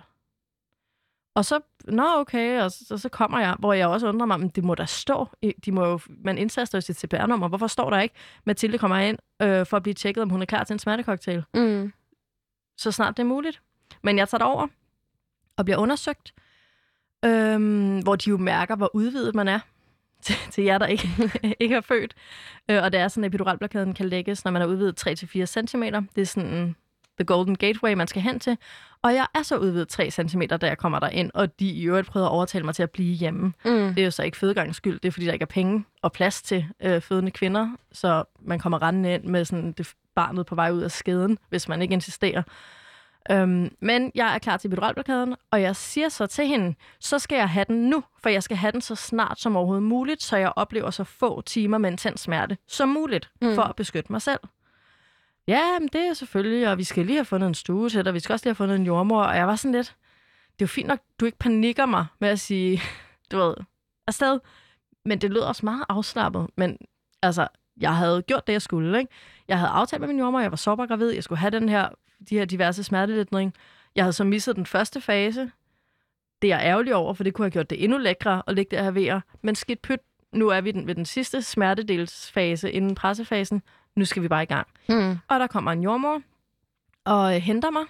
Og så, nå okay, og så, så kommer jeg, hvor jeg også undrer mig, men det må der stå. De må jo, man indtaster jo sit C P R-nummer. Hvorfor står der ikke? Mathilde kommer ind øh, for at blive tjekket, om hun er klar til en smertecocktail. Mm. Så snart det er muligt. Men jeg tager derover og bliver undersøgt, øh, hvor de jo mærker, hvor udvidet man er til, til jer, der ikke, ikke er født. Øh, og det er sådan, at epiduralblokaden kan lægges, når man er udvidet tre til fire centimeter. Det er sådan the golden gateway, man skal hen til. Og jeg er så udvidet tre centimeter, da jeg kommer derind, og de i øvrigt prøvede at overtale mig til at blive hjemme. Mm. Det er jo så ikke fødegangens skyld, det er fordi, der ikke er penge og plads til øh, fødende kvinder, så man kommer rendende ind med sådan det barnet på vej ud af skeden, hvis man ikke insisterer. Øhm, men jeg er klar til epiduralblokaden, og jeg siger så til hende, så skal jeg have den nu, for jeg skal have den så snart som overhovedet muligt, så jeg oplever så få timer med intens smerte som muligt, mm. for at beskytte mig selv. Ja, men det er selvfølgelig, og vi skal lige have fundet en stue til dig, vi skal også lige have fundet en jordmor, og jeg var sådan lidt, det er jo fint nok, du ikke panikker mig med at sige, du ved, afsted, men det lød også meget afslappet, men altså, jeg havde gjort det, jeg skulle, ikke? Jeg havde aftalt med min jordmor, jeg var sårbar gravid, jeg skulle have den her, de her diverse smertelindring. Jeg havde så misset den første fase. Det er jeg ærgerlig over, for det kunne have gjort det endnu lækre at ligge der her ved. Men skidt pyt, nu er vi den, ved den sidste smertedelsfase inden pressefasen. Nu skal vi bare i gang. Mm. Og der kommer en jordmor og henter mig.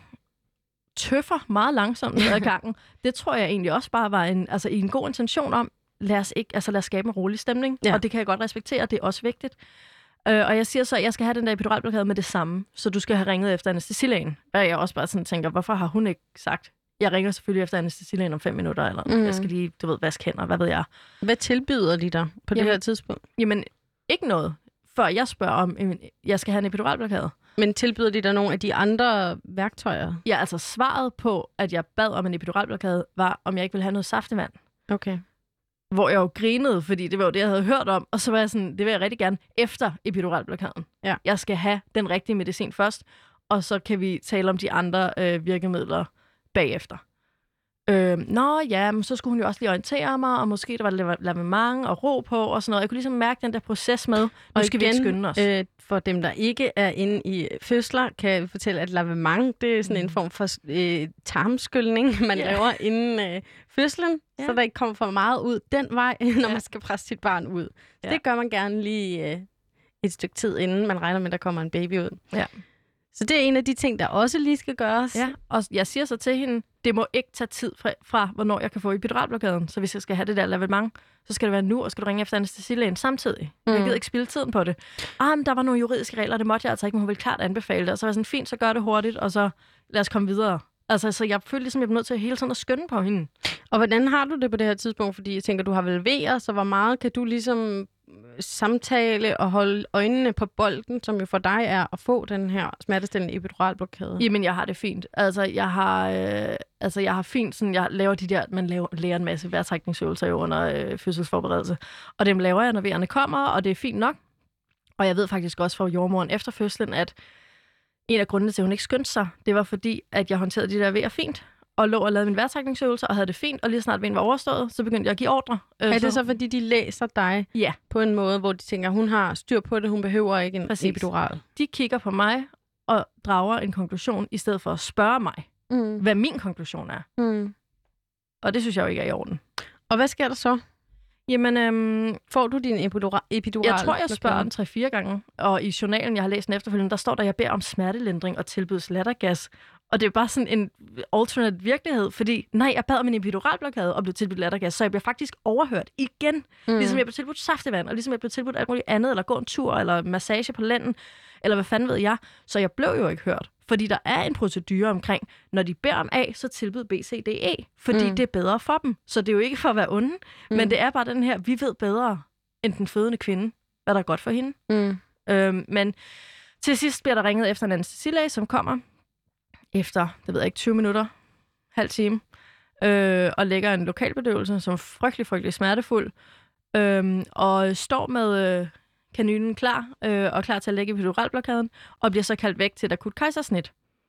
Tøffer meget langsomt ned ad gangen. Det tror jeg egentlig også bare var en, altså, i en god intention om, lad os, ikke, altså, lad os skabe en rolig stemning. Ja. Og det kan jeg godt respektere, det er også vigtigt. Uh, og jeg siger så, at jeg skal have den der epiduralblokade med det samme, så du skal have ringet efter anæstesilægen. Og jeg også bare sådan tænker, hvorfor har hun ikke sagt, jeg ringer selvfølgelig efter anæstesilægen om fem minutter, eller mm. jeg skal lige, du ved, vaske hænder, hvad ved jeg. Hvad tilbyder de dig på jamen, det her tidspunkt? Jamen, ikke noget, før jeg spørger om, jeg skal have en epiduralblokade. Men tilbyder de dig nogle af de andre værktøjer? Ja, altså svaret på, at jeg bad om en epiduralblokade, var, om jeg ikke ville have noget saftevand. Okay. Hvor jeg jo grinede, fordi det var jo det, jeg havde hørt om. Og så var jeg sådan, det vil jeg rigtig gerne efter epiduralblokaden. Ja. Jeg skal have den rigtige medicin først, og så kan vi tale om de andre øh, virkemidler bagefter. Øh, nå ja, men så skulle hun jo også lige orientere mig, og måske der var lavement og ro på og sådan noget. Jeg kunne ligesom mærke den der proces med, nu og skal igen, vi ikke skynde os. Øh, for dem, der ikke er inde i fødsler, kan jeg fortælle, at lavement, det er sådan mm. en form for øh, tarmskyldning, man yeah. laver inden øh, fødslen, yeah. så der ikke kommer for meget ud den vej, når yeah. man skal presse sit barn ud. Så yeah. det gør man gerne lige øh, et stykke tid, inden man regner med, at der kommer en baby ud. Yeah. Så det er en af de ting, der også lige skal gøres. Ja, og jeg siger så til hende, det må ikke tage tid fra, fra hvornår jeg kan få epiduralblokaden. Så hvis jeg skal have det der lavement, så skal det være nu, og skal du ringe efter anæstesilægen samtidig. Mm. Jeg gider ikke spilde tiden på det. Ah, men der var nogle juridiske regler, det måtte jeg altså ikke, men hun ville klart anbefale det. Og så var jeg sådan, fint, så gør det hurtigt, og så lad os komme videre. Altså, så jeg følte ligesom, jeg blev nødt til hele tiden at skynde på hende. Og hvordan har du det på det her tidspunkt? Fordi jeg tænker, du har vel vejer, så hvor meget kan du ligesom samtale og holde øjnene på bolden, som jo for dig er at få den her smertestillende epiduralblokade? Jamen, jeg har det fint. Altså, jeg har, øh, altså, jeg har fint sådan, jeg laver de der, man laver, lærer en masse vejrtrækningsøvelser jo under øh, fødselsforberedelse. Og dem laver jeg, når vejerne kommer, og det er fint nok. Og jeg ved faktisk også fra jordmoren efter fødslen, at en af grundene til, at hun ikke skyndte sig, det var fordi, at jeg håndterede de der vejer fint. og lå og lavede min vejrtrækningsøvelser og havde det fint, og lige snart vejen var overstået, så begyndte jeg at give ordre. Øh, er det så, fordi de læser dig ja. på en måde, hvor de tænker, hun har styr på det, hun behøver ikke en Præcis. epidural? De kigger på mig og drager en konklusion, i stedet for at spørge mig, mm. hvad min konklusion er. Mm. Og det synes jeg jo ikke er i orden. Og hvad sker der så? Jamen, øhm, får du din epidural? epidural jeg tror, jeg spørger den tre-fire gange. Og i journalen, jeg har læst den efterfølgende, der står der, at jeg beder om smertelindring og tilbydes lattergas. Og det er bare sådan en alternate virkelighed, fordi nej, jeg bad om en epiduralblokade og blev tilbudt lattergas, så jeg bliver faktisk overhørt igen. Mm. Ligesom jeg blev tilbudt saftevand, og ligesom jeg blev tilbudt alt muligt andet, eller gå en tur, eller massage på lænden, eller hvad fanden ved jeg. Så jeg blev jo ikke hørt, fordi der er en procedure omkring, når de beder om A, så tilbyder B, C, D, E, fordi mm. det er bedre for dem. Så det er jo ikke for at være onde, mm. men det er bare den her, vi ved bedre end den fødende kvinde, hvad der er godt for hende. Mm. Øhm, men til sidst bliver der ringet efter en anestesilæge, som kommer efter, det ved jeg ikke, tyve minutter, halv time, øh, og lægger en lokalbedøvelse, som er frygtelig, frygtelig smertefuld, øh, og står med øh, kanylen klar, øh, og klar til at lægge epiduralblokaden, og bliver så kaldt væk til et akut kejsersnit.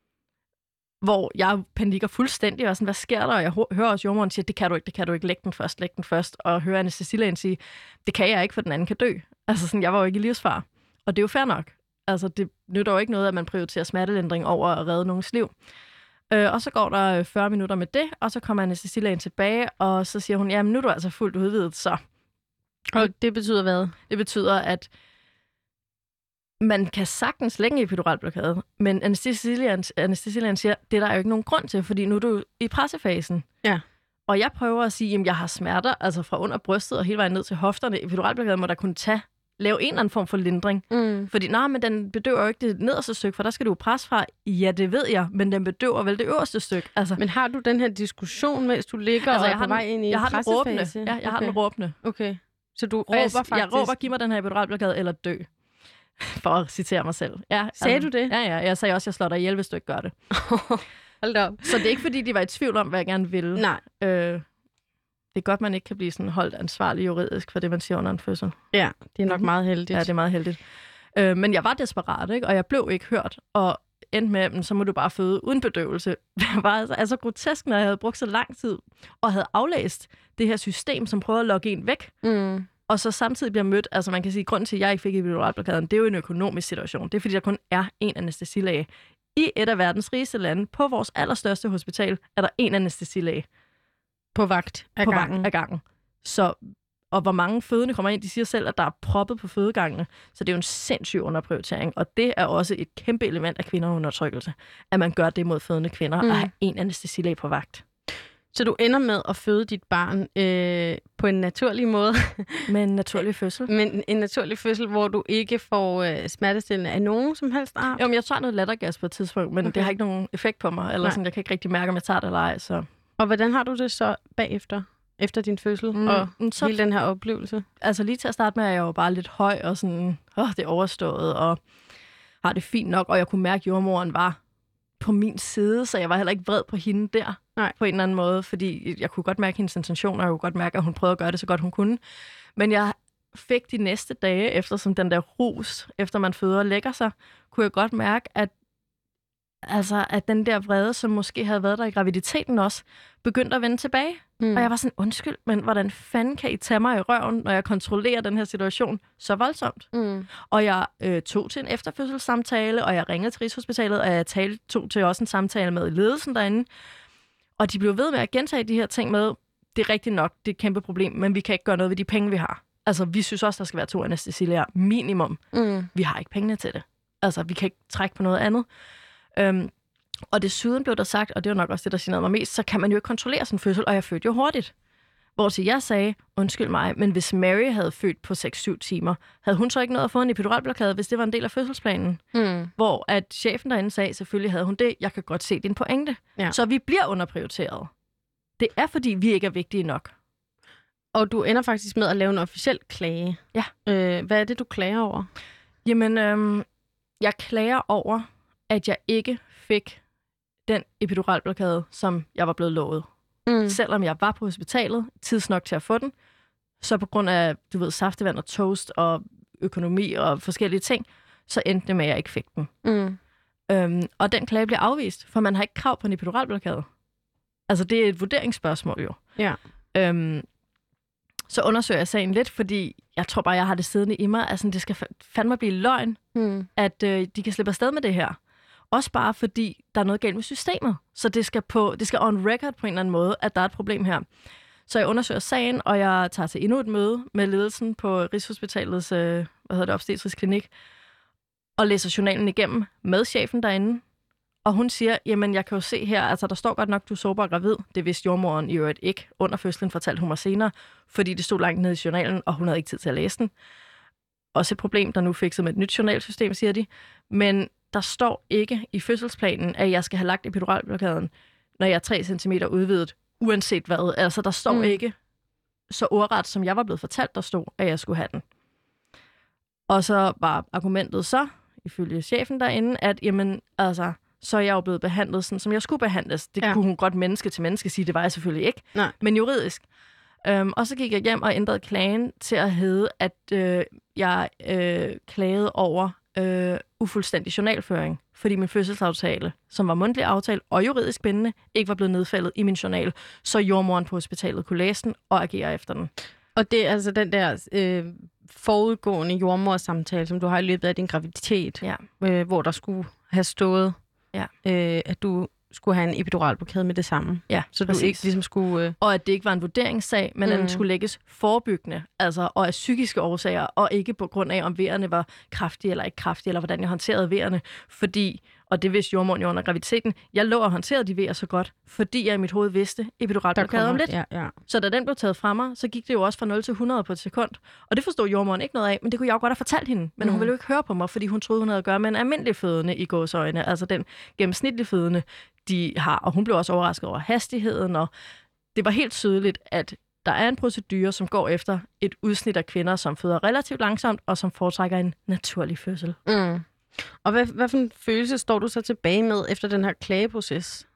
Hvor jeg panikker fuldstændig, og sådan, hvad sker der? Og jeg hører også jordmoren sige, det kan du ikke, det kan du ikke, læg den først, læg den først, og hører anestesilægen sige, det kan jeg ikke, for den anden kan dø. Altså sådan, jeg var jo ikke i livsfare. Og det er jo fair nok. Altså, det nytter jo ikke noget, at man prioriterer smertelindring over at redde nogens liv. Øh, og så går der fyrre minutter med det, og så kommer anestesilægen tilbage, og så siger hun, jamen nu er du altså fuldt udvidet, så. Og det betyder hvad? Det betyder, at man kan sagtens lægge en epiduralblokade, men anestesilægen, anestesilægen siger, det er der jo ikke nogen grund til, fordi nu er du i pressefasen. Ja. Og jeg prøver at sige, at jeg har smerter, altså fra under brystet og hele vejen ned til hofterne. Epiduralblokaden må der kunne tage lave en eller anden form for lindring. Mm. Fordi, nej, men den bedøver jo ikke det nederste stykke, for der skal du jo presse fra. Ja, det ved jeg, men den bedøver vel det øverste stykke. Altså. Men har du den her diskussion, mens du ligger altså, og er på vej ind i en pressefase? Ja, jeg okay. har den råbende. Okay. Så du råber jeg, faktisk? Jeg råber, giv mig den her epiduralblokade eller dø. For at citere mig selv. Ja, sagde altså, du det? Ja, ja. Jeg sagde også, at jeg slår dig ihjel, hvis du ikke gør det. Hold da op. Så det er ikke, fordi de var i tvivl om, hvad jeg gerne ville. Nej. Øh, det er godt, man ikke kan blive sådan holdt ansvarlig juridisk for det, man siger under en fødsel. Ja, det er nok mm-hmm. meget heldigt. Ja, det er meget heldigt. Øh, men jeg var desperat, ikke? Og jeg blev ikke hørt. Og endte med, at så må du bare føde uden bedøvelse. Det var altså, altså grotesk, når jeg havde brugt så lang tid og havde aflæst det her system, som prøver at logge en væk. Mm. Og så samtidig bliver mødt, altså man kan sige, grunden til, at jeg ikke fik epiduralblokaden, det er jo en økonomisk situation. Det er, fordi der kun er én anestesilæge. I et af verdens rigeste lande, på vores allerstørste hospital, er der én anestesilæge. På vagt af på gangen. Vagt af gangen. Så, og hvor mange fødende kommer ind, de siger selv, at der er proppet på fødegangene. Så det er jo en sindssyg underprioritering. Og det er også et kæmpe element af kvinderundertrykkelse, at man gør det mod fødende kvinder, mm. og have én anestesilæge på vagt. Så du ender med at føde dit barn øh, på en naturlig måde. Med en naturlig fødsel. Men en naturlig fødsel, hvor du ikke får øh, smertestillende af nogen som helst art? Jo, men jeg tager noget lattergas på et tidspunkt, men okay. det har ikke nogen effekt på mig. Eller sådan, jeg kan ikke rigtig mærke, om jeg tager det eller ej. Så. Og hvordan har du det så bagefter? Efter din fødsel mm, og så, hele den her oplevelse? Altså lige til at starte med, er jeg jo bare lidt høj og sådan, åh, det er overstået, og har det fint nok. Og jeg kunne mærke, at jordmoren var på min side, så jeg var heller ikke vred på hende der. Nej. På en eller anden måde, fordi jeg kunne godt mærke hendes intentioner, og jeg kunne godt mærke, at hun prøvede at gøre det så godt hun kunne. Men jeg fik de næste dage, efter som den der rus, efter man føder og lægger sig, kunne jeg godt mærke, at, altså, at den der vrede, som måske havde været der i graviditeten også, begyndte at vende tilbage. Mm. Og jeg var sådan, undskyld, men hvordan fanden kan I tage mig i røven, når jeg kontrollerer den her situation så voldsomt? Mm. Og jeg øh, tog til en efterfødselssamtale, og jeg ringede til Rigshospitalet, og jeg talte, tog til også en samtale med ledelsen derinde. Og de blev ved med at gentage de her ting med, det er rigtigt nok, det er et kæmpe problem, men vi kan ikke gøre noget ved de penge, vi har. Altså, vi synes også, der skal være to anestesilæger minimum. Mm. Vi har ikke pengene til det. Altså, vi kan ikke trække på noget andet. Øhm, og desuden blev der sagt, og det var nok også det, der generede mig mest, så kan man jo ikke kontrollere sådan en fødsel, og jeg fødte jo hurtigt. Hvor til jeg sagde, undskyld mig, men hvis Mary havde født på seks syv timer, havde hun så ikke noget at få en epiduralblokade, hvis det var en del af fødselsplanen? Mm. Hvor at chefen derinde sagde, selvfølgelig havde hun det, jeg kan godt se din pointe. Ja. Så vi bliver underprioriteret. Det er, fordi vi ikke er vigtige nok. Og du ender faktisk med at lave en officiel klage. Ja. Øh, hvad er det, du klager over? Jamen, øhm, jeg klager over, at jeg ikke fik den epiduralblokade, som jeg var blevet lovet. Mm. Selvom jeg var på hospitalet, tidsnok til at få den, så på grund af, du ved, saftevand og toast og økonomi og forskellige ting, så endte det med, at jeg ikke fik den. Mm. Øhm, og den klage blev afvist, for man har ikke krav på en epiduralblokade. Altså, det er et vurderingsspørgsmål jo. Ja. Øhm, så undersøger jeg sagen lidt, fordi jeg tror bare, jeg har det siddende i mig. Altså, det skal fandme blive løgn, mm. at øh, de kan slippe afsted med det her. Også bare fordi, der er noget galt med systemet. Så det skal, på, det skal on record på en eller anden måde, at der er et problem her. Så jeg undersøger sagen, og jeg tager til endnu et møde med ledelsen på Rigshospitalets øh, hvad hedder det, obstetrisk klinik, og læser journalen igennem med chefen derinde. Og hun siger, jamen jeg kan jo se her, altså der står godt nok, du er sårbar gravid. Det vidste jordmoren i øvrigt ikke. Under fødslen fortalte hun mig senere, fordi det stod langt nede i journalen, og hun havde ikke tid til at læse den. Også et problem, der nu fikset med et nyt journalsystem, siger de. Men der står ikke i fødselsplanen, at jeg skal have lagt epiduralblokaden, når jeg er tre centimeter udvidet, uanset hvad. Altså der står mm. ikke så ordret, som jeg var blevet fortalt, der stod, at jeg skulle have den. Og så var argumentet så, ifølge chefen derinde, at jamen, altså, så er jeg jo blevet behandlet sådan, som jeg skulle behandles. Det ja. kunne hun godt menneske til menneske sige, det var jeg selvfølgelig ikke. Nej. Men juridisk. Øhm, og så gik jeg hjem og ændrede klagen til at hedde, at øh, jeg øh, klagede over øh, ufuldstændig journalføring, fordi min fødselsaftale, som var mundtlig aftale og juridisk bindende, ikke var blevet nedfældet i min journal, så jordmoren på hospitalet kunne læse den og agere efter den. Og det er altså den der øh, forudgående jordmorsamtale, som du har i løbet af din graviditet, ja. øh, hvor der skulle have stået, ja. øh, at du skulle have en epiduralblokade med det samme. Ja, så præcis. Du ikke ligesom skulle... Øh... Og at det ikke var en vurderingssag, men mm. at den skulle lægges forebyggende, altså, og af psykiske årsager, og ikke på grund af, om vejerne var kraftige eller ikke kraftige, eller hvordan jeg håndterede vejerne. Fordi, og det vidste jordmoren jo under graviditeten, jeg lå og håndterede de vejer så godt, fordi jeg i mit hoved vidste epiduralblokade om lidt. Ja, ja. Så da den blev taget fra mig, så gik det jo også fra nul til hundrede på et sekund. Og det forstod jordmoren ikke noget af, men det kunne jeg jo godt have fortalt hende. Men mm. hun ville jo ikke høre på mig, fordi hun troede, hun havde at gøre med en almindelig fødende i gåseøjne, altså den gennemsnitlige fødende, de har. Og hun blev også overrasket over hastigheden, og det var helt tydeligt, at der er en procedure, som går efter et udsnit af kvinder, som føder relativt langsomt, og som foretrækker en naturlig fødsel. Mm. Og hvad, hvad for en følelse står du så tilbage med efter den her klageproces?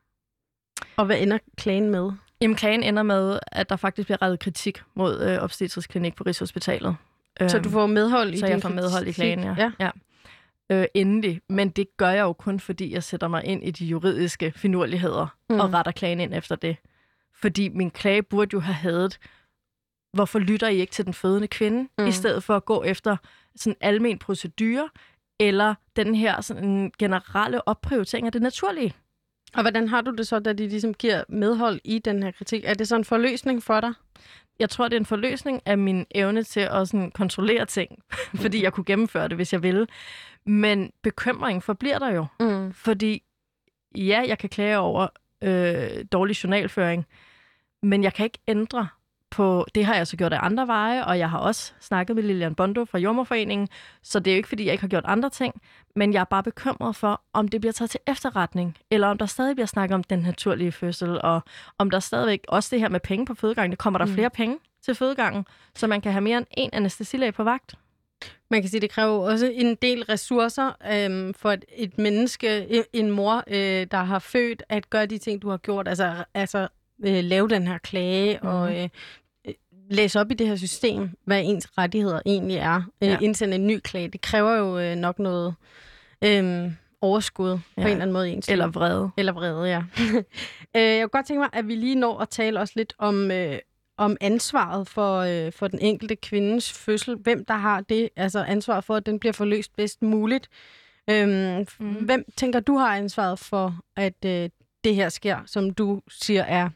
Og hvad ender klagen med? Jamen, klagen ender med, at der faktisk bliver rettet kritik mod øh, obstetrisk klinik på Rigshospitalet. Så du får medhold i Så jeg får medhold i klagen, ja. ja. ja. Øh, endelig. Men det gør jeg jo kun, fordi jeg sætter mig ind i de juridiske finurligheder mm. og retter klagen ind efter det. Fordi min klage burde jo have hadet, hvorfor lytter I ikke til den fødende kvinde, mm. i stedet for at gå efter sådan en almen procedure, eller den her sådan generelle opprioritering af det naturlige. Og hvordan har du det så, da de ligesom giver medhold i den her kritik? Er det så en forløsning for dig? Jeg tror, det er en forløsning af min evne til at sådan kontrollere ting, fordi jeg kunne gennemføre det, hvis jeg ville. Men bekymringen forbliver der jo. Mm. Fordi ja, jeg kan klage over øh, dårlig journalføring, men jeg kan ikke ændre på, det har jeg så gjort af andre veje, og jeg har også snakket med Lilian Bondo fra Jordemoderforeningen, så det er jo ikke, fordi jeg ikke har gjort andre ting, men jeg er bare bekymret for, om det bliver taget til efterretning, eller om der stadig bliver snakket om den naturlige fødsel, og om der stadigvæk, også det her med penge på fødegangen, kommer der mm. flere penge til fødegangen, så man kan have mere end en anæstesilæge på vagt. Man kan sige, det kræver også en del ressourcer øhm, for et, et menneske, en mor, øh, der har født, at gøre de ting, du har gjort, altså, altså øh, lave den her klage mm. og øh, læse op i det her system, hvad ens rettigheder egentlig er. Øh, ja. Indsende en ny klage. Det kræver jo øh, nok noget øh, overskud ja. på en eller anden måde. Ens eller vrede. Eller vrede, ja. øh, jeg kunne godt tænke mig, at vi lige når at tale også lidt om... Øh, om ansvaret for, øh, for den enkelte kvindes fødsel. Hvem der har det, altså ansvaret for, at den bliver forløst bedst muligt. Øhm, mm. Hvem tænker du har ansvaret for, at øh, det her sker, som du siger er,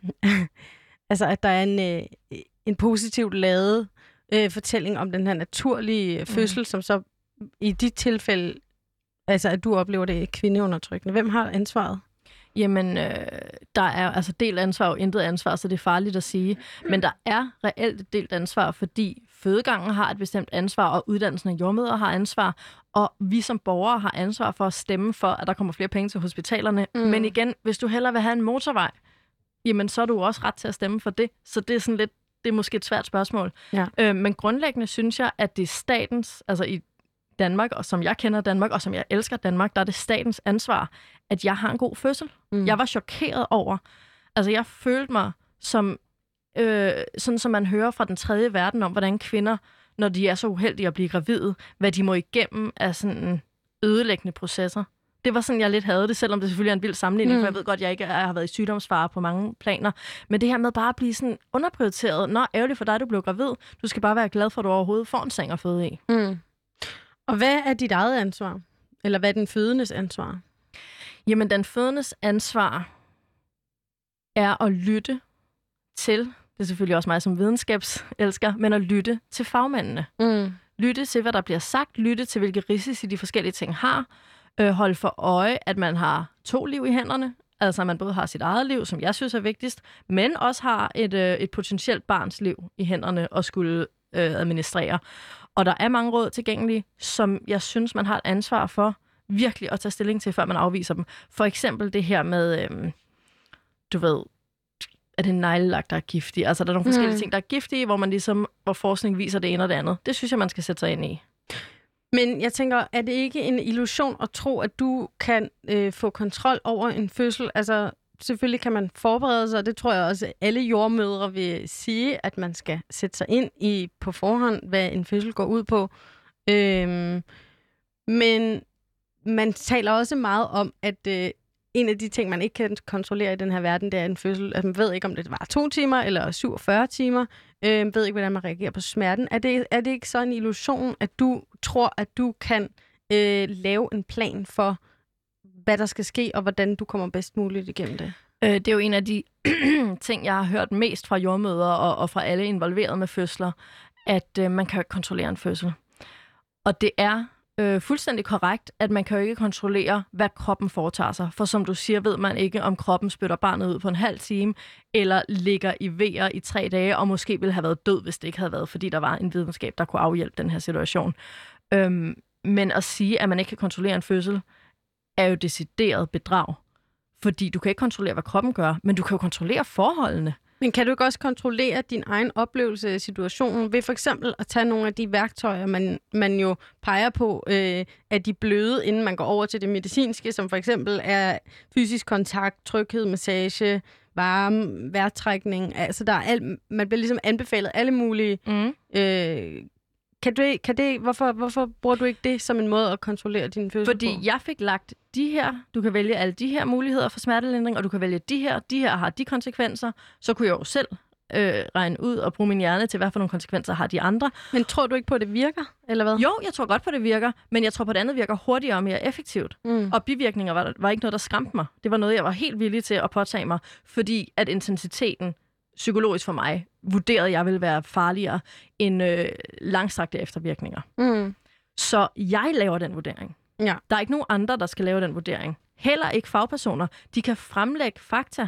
altså at der er en, øh, en positivt lavet øh, fortælling om den her naturlige fødsel, mm. som så i dit tilfælde, altså at du oplever det kvindeundertrykkende. Hvem har ansvaret? Jamen, øh, der er altså delt ansvar og intet ansvar, så det er farligt at sige. Men der er reelt et delt ansvar, fordi fødegangen har et bestemt ansvar, og uddannelsen af jordmødre har ansvar, og vi som borgere har ansvar for at stemme for, at der kommer flere penge til hospitalerne. Mm. Men igen, hvis du hellere vil have en motorvej, jamen så er du også ret til at stemme for det. Så det er sådan lidt, det er måske et svært spørgsmål. Ja. Øh, men grundlæggende synes jeg, at det er statens, altså i Danmark, og som jeg kender Danmark, og som jeg elsker Danmark, der er det statens ansvar, at jeg har en god fødsel. Mm. Jeg var chokeret over, altså jeg følte mig som, øh, sådan som man hører fra den tredje verden om, hvordan kvinder, når de er så uheldige at blive gravide, hvad de må igennem af sådan ødelæggende processer. Det var sådan, jeg lidt havde det, selvom det selvfølgelig er en vild sammenligning, Mm. for jeg ved godt, jeg ikke jeg har været i sygdomsfare på mange planer. Men det her med bare at blive sådan underprioriteret. Nå, ærgerligt for dig, du blev gravid. Du skal bare være glad for, at du overhovedet får en seng at føde i. Mm. Og hvad er dit eget ansvar? Eller hvad er den fødendes ansvar? Jamen, den fødendes ansvar er at lytte til, det er selvfølgelig også mig som videnskabselsker, men at lytte til fagmændene. Mm. Lytte til, hvad der bliver sagt, lytte til, hvilke risici de forskellige ting har, øh, holde for øje, at man har to liv i hænderne, altså at man både har sit eget liv, som jeg synes er vigtigst, men også har et, øh, et potentielt barns liv i hænderne og skulle øh, administrere. Og der er mange råd tilgængelige, som jeg synes, man har et ansvar for virkelig at tage stilling til, før man afviser dem. For eksempel det her med, øh, du ved, at det er neglelak, der er giftig. Altså, der er nogle forskellige mm. ting, der er giftige, hvor man ligesom, hvor forskning viser det ene og det andet. Det synes jeg, man skal sætte sig ind i. Men jeg tænker, er det ikke en illusion at tro, at du kan øh, få kontrol over en fødsel? Altså, selvfølgelig kan man forberede sig, og det tror jeg også, alle jordmødre vil sige, at man skal sætte sig ind i på forhånd, hvad en fødsel går ud på. Øhm, men man taler også meget om, at øh, en af de ting, man ikke kan kontrollere i den her verden, det er en fødsel. At man ved ikke, om det var to timer eller syvogfyrre timer. Øh, man ved ikke, hvordan man reagerer på smerten. Er det, er det ikke så en illusion, at du tror, at du kan øh, lave en plan for, hvad der skal ske, og hvordan du kommer bedst muligt igennem det? Øh, det er jo en af de ting, jeg har hørt mest fra jordmødre og, og fra alle involveret med fødsler, at øh, man kan kontrollere en fødsel. Og det er øh, fuldstændig korrekt, at man kan jo ikke kontrollere, hvad kroppen foretager sig. For som du siger, ved man ikke, om kroppen spytter barnet ud på en halv time, eller ligger i vejer i tre dage, og måske ville have været død, hvis det ikke havde været, fordi der var en videnskab, der kunne afhjælpe den her situation. Øhm, men at sige, at man ikke kan kontrollere en fødsel, er jo decideret bedrag. Fordi du kan ikke kontrollere, hvad kroppen gør, men du kan jo kontrollere forholdene. Men kan du ikke også kontrollere din egen oplevelse af situationen ved for eksempel at tage nogle af de værktøjer, man, man jo peger på, øh, at de bløde, inden man går over til det medicinske, som for eksempel er fysisk kontakt, tryghed, massage, varme, vejrtrækning. Altså der er alt, man bliver ligesom anbefalet alle mulige. Mm. Øh, kan du, kan det, hvorfor, hvorfor bruger du ikke det som en måde at kontrollere din fødsel Fordi på? jeg fik lagt de her, du kan vælge alle de her muligheder for smertelindring, og du kan vælge de her, de her har de konsekvenser, så kunne jeg jo selv øh, regne ud og bruge min hjerne til, hvad for nogle konsekvenser har de andre. Men tror du ikke på, at det virker, eller hvad? Jo, jeg tror godt på, at det virker, men jeg tror på, at det andet virker hurtigere og mere effektivt. Mm. Og bivirkninger var, var ikke noget, der skræmte mig. Det var noget, jeg var helt villig til at påtage mig, fordi at intensiteten psykologisk for mig vurderede, jeg ville være farligere end øh, langstrakte eftervirkninger. Mm. Så jeg laver den vurdering. Ja. Der er ikke nogen andre, der skal lave den vurdering. Heller ikke fagpersoner. De kan fremlægge fakta,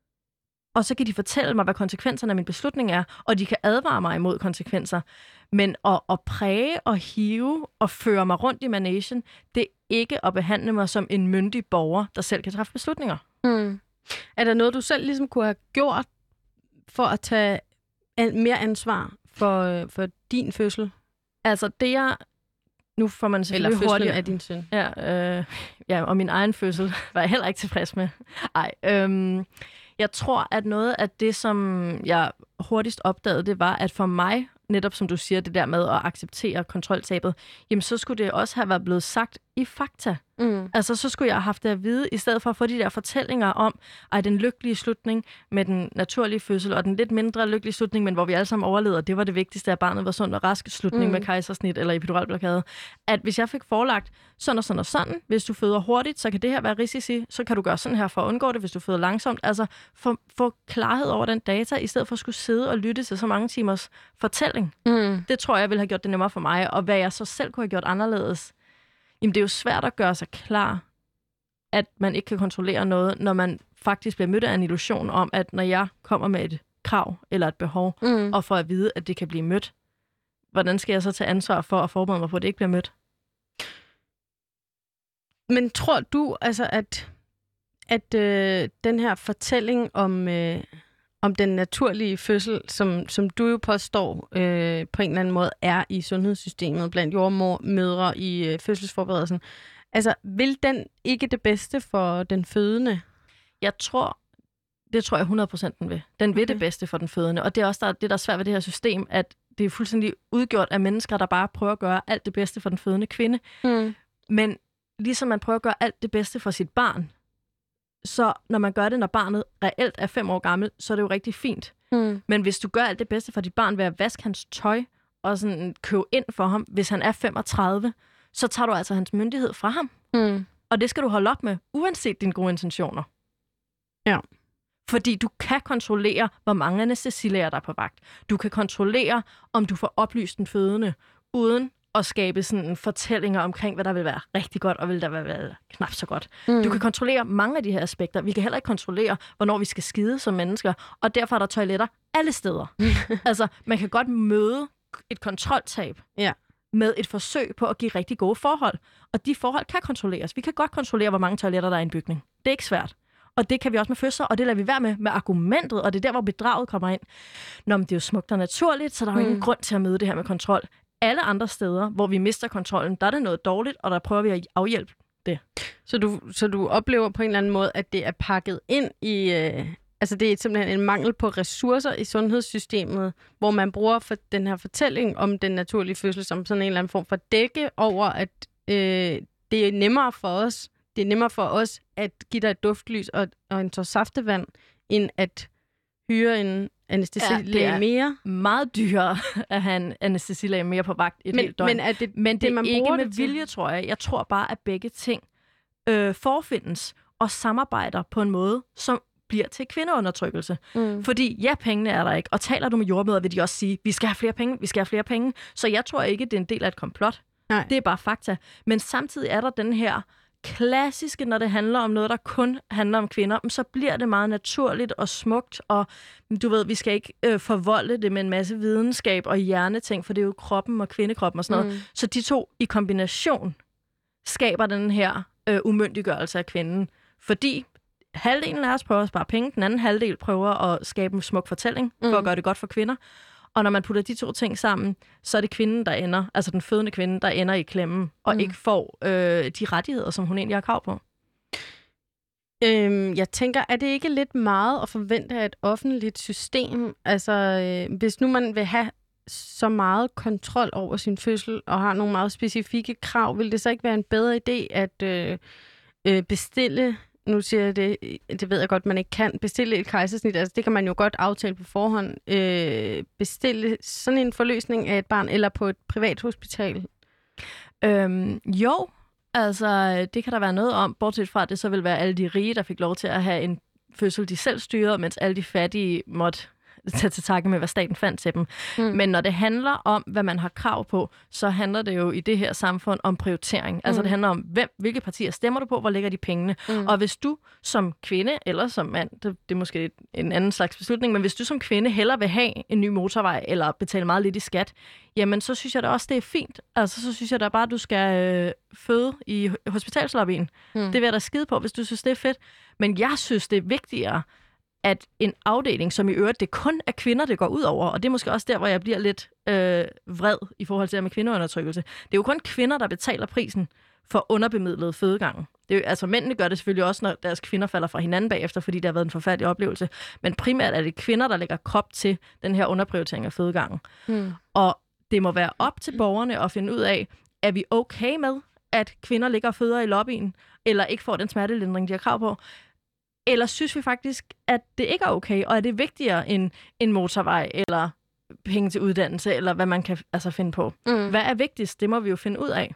og så kan de fortælle mig, hvad konsekvenserne af min beslutning er, og de kan advare mig imod konsekvenser. Men at, at præge og hive og føre mig rundt i managen, det er ikke at behandle mig som en myndig borger, der selv kan træffe beslutninger. Mm. Er der noget, du selv ligesom kunne have gjort for at tage an- mere ansvar for, for din fødsel? Altså det jeg... Nu får man selvfølgelig Eller fødslen hurtigt... af din søn. Ja, øh, ja, og min egen fødsel var jeg heller ikke tilfreds med. Ej, øhm, jeg tror, at noget af det, som jeg hurtigst opdagede, det var, at for mig, netop som du siger, det der med at acceptere kontroltabet, jamen så skulle det også have været blevet sagt i fakta. Mm. Altså, så skulle jeg have haft det at vide, i stedet for at få de der fortællinger om, at den lykkelige slutning med den naturlige fødsel, og den lidt mindre lykkelige slutning, men hvor vi alle sammen overlevede, det var det vigtigste, at barnet var sund og rask, slutning mm. med kejsersnit eller epiduralblokade. At hvis jeg fik forelagt sådan og sådan og sådan, hvis du føder hurtigt, så kan det her være risici, så kan du gøre sådan her for at undgå det, hvis du føder langsomt. Altså, få, få klarhed over den data, i stedet for at skulle sidde og lytte til så mange timers fortælling. Mm. Det tror jeg ville have gjort det nemmere for mig, og hvad jeg så selv kunne have gjort anderledes. Jamen, det er jo svært at gøre sig klar, at man ikke kan kontrollere noget, når man faktisk bliver mødt af en illusion om, at når jeg kommer med et krav eller et behov, mm. og for at vide, at det kan blive mødt, hvordan skal jeg så tage ansvar for at forberede mig på, at det ikke bliver mødt? Men tror du, altså, at, at øh, den her fortælling om, øh, om den naturlige fødsel, som, som du jo påstår øh, på en eller anden måde er i sundhedssystemet blandt jordmødre i øh, fødselsforberedelsen, altså, vil den ikke det bedste for den fødende? Jeg tror, det tror jeg hundrede procent den vil. Den vil okay. det bedste for den fødende. Og det er også der, det, der er svært ved det her system, at det er fuldstændig udgjort af mennesker, der bare prøver at gøre alt det bedste for den fødende kvinde. Mm. Men ligesom man prøver at gøre alt det bedste for sit barn, så når man gør det, når barnet reelt er fem år gammel, så er det jo rigtig fint. Mm. Men hvis du gør alt det bedste for dit barn ved at vaske hans tøj og sådan købe ind for ham, hvis han er femogtredive, så tager du altså hans myndighed fra ham. Mm. Og det skal du holde op med, uanset dine gode intentioner. Ja. Fordi du kan kontrollere, hvor mange anæstesilæger der er på vagt. Du kan kontrollere, om du får oplyst den fødende, uden at skabe sådan fortællinger omkring, hvad der vil være rigtig godt, og vil der være knap så godt. Mm. Du kan kontrollere mange af de her aspekter. Vi kan heller ikke kontrollere, hvornår vi skal skide som mennesker, og derfor er der toiletter alle steder. Altså, man kan godt møde et kontroltab ja. med et forsøg på at give rigtig gode forhold. Og de forhold kan kontrolleres. Vi kan godt kontrollere, hvor mange toiletter der er i en bygning. Det er ikke svært. Og det kan vi også med fødsler, og det lader vi være med med argumentet, og det er der, hvor bedraget kommer ind. Nå, men det er jo smukt og naturligt, så der er jo mm. ingen grund til at møde det her med kontrol. Alle andre steder, hvor vi mister kontrollen, der er det noget dårligt, og der prøver vi at afhjælpe det. Så du, så du oplever på en eller anden måde, at det er pakket ind i... Øh, altså det er simpelthen en mangel på ressourcer i sundhedssystemet, hvor man bruger for den her fortælling om den naturlige fødsel som sådan en eller anden form for dække over, at øh, det er nemmere for os, det er nemmere for os at give dig et duftlys og, og en tår saftevand, end at hyre en anæstesilæge ja, mere. Meget dyrere at have en anæstesilæge mere på vagt et men, helt døgn. Men er det, men det, det er man ikke med det vilje, tror jeg. Jeg tror bare, at begge ting øh, forfindes og samarbejder på en måde, som bliver til kvindeundertrykkelse. Mm. Fordi ja, pengene er der ikke. Og taler du med jordmødre, vil de også sige, vi skal have flere penge, vi skal have flere penge. Så jeg tror ikke, det er en del af et komplot. Nej. Det er bare fakta. Men samtidig er der den her klassiske, når det handler om noget, der kun handler om kvinder, så bliver det meget naturligt og smukt, og du ved, vi skal ikke øh, forvolde det med en masse videnskab og hjerneting, for det er jo kroppen og kvindekroppen og sådan noget. Mm. Så de to i kombination skaber den her øh, umyndiggørelse af kvinden, fordi halvdelen af os prøver at spare penge, den anden halvdel prøver at skabe en smuk fortælling, for mm. at gøre det godt for kvinder. Og når man putter de to ting sammen, så er det kvinden, der ender, altså den fødende kvinde, der ender i klemmen, og mm. ikke får øh, de rettigheder, som hun egentlig har krav på. Øhm, jeg tænker, er det ikke lidt meget at forvente af et offentligt system? Altså, øh, hvis nu man vil have så meget kontrol over sin fødsel, og har nogle meget specifikke krav, vil det så ikke være en bedre idé at øh, øh, bestille... Nu siger jeg det, det ved jeg godt, man ikke kan bestille et kejsersnit. Altså, det kan man jo godt aftale på forhånd. Øh, bestille sådan en forløsning af et barn, eller på et privat hospital? Øhm, jo, altså det kan der være noget om. Bortset fra, at det så vil være alle de rige, der fik lov til at have en fødsel, de selv styrede, mens alle de fattige måtte tage til takke med, hvad staten fandt til dem. Mm. Men når det handler om, hvad man har krav på, så handler det jo i det her samfund om prioritering. Mm. Altså det handler om, hvem, hvilke partier stemmer du på, hvor ligger de pengene. Mm. Og hvis du som kvinde, eller som mand, det, det er måske en anden slags beslutning, men hvis du som kvinde hellere vil have en ny motorvej, eller betale meget lidt i skat, jamen så synes jeg da også, det er fint. Altså så synes jeg da bare, at du skal øh, føde i hospitalslobbyen. Mm. Det vil jeg da skide på, hvis du synes, det er fedt. Men jeg synes, det er vigtigere, at en afdeling, som i øvrigt, det kun er kvinder, det går ud over, og det er måske også der, hvor jeg bliver lidt øh, vred i forhold til det med kvindeundertrykkelse. Det er jo kun kvinder, der betaler prisen for underbemidlede fødegange. Det er jo, altså mændene gør det selvfølgelig også, når deres kvinder falder fra hinanden bagefter, fordi det har været en forfærdelig oplevelse. Men primært er det kvinder, der lægger krop til den her underprioritering af fødegangen. Mm. Og det må være op til borgerne at finde ud af, er vi okay med, at kvinder ligger og føder i lobbyen, eller ikke får den smertelindring, de har krav på? Eller synes vi faktisk, at det ikke er okay, og er det vigtigere end en motorvej, eller penge til uddannelse, eller hvad man kan altså finde på? Mm. Hvad er vigtigst? Det må vi jo finde ud af.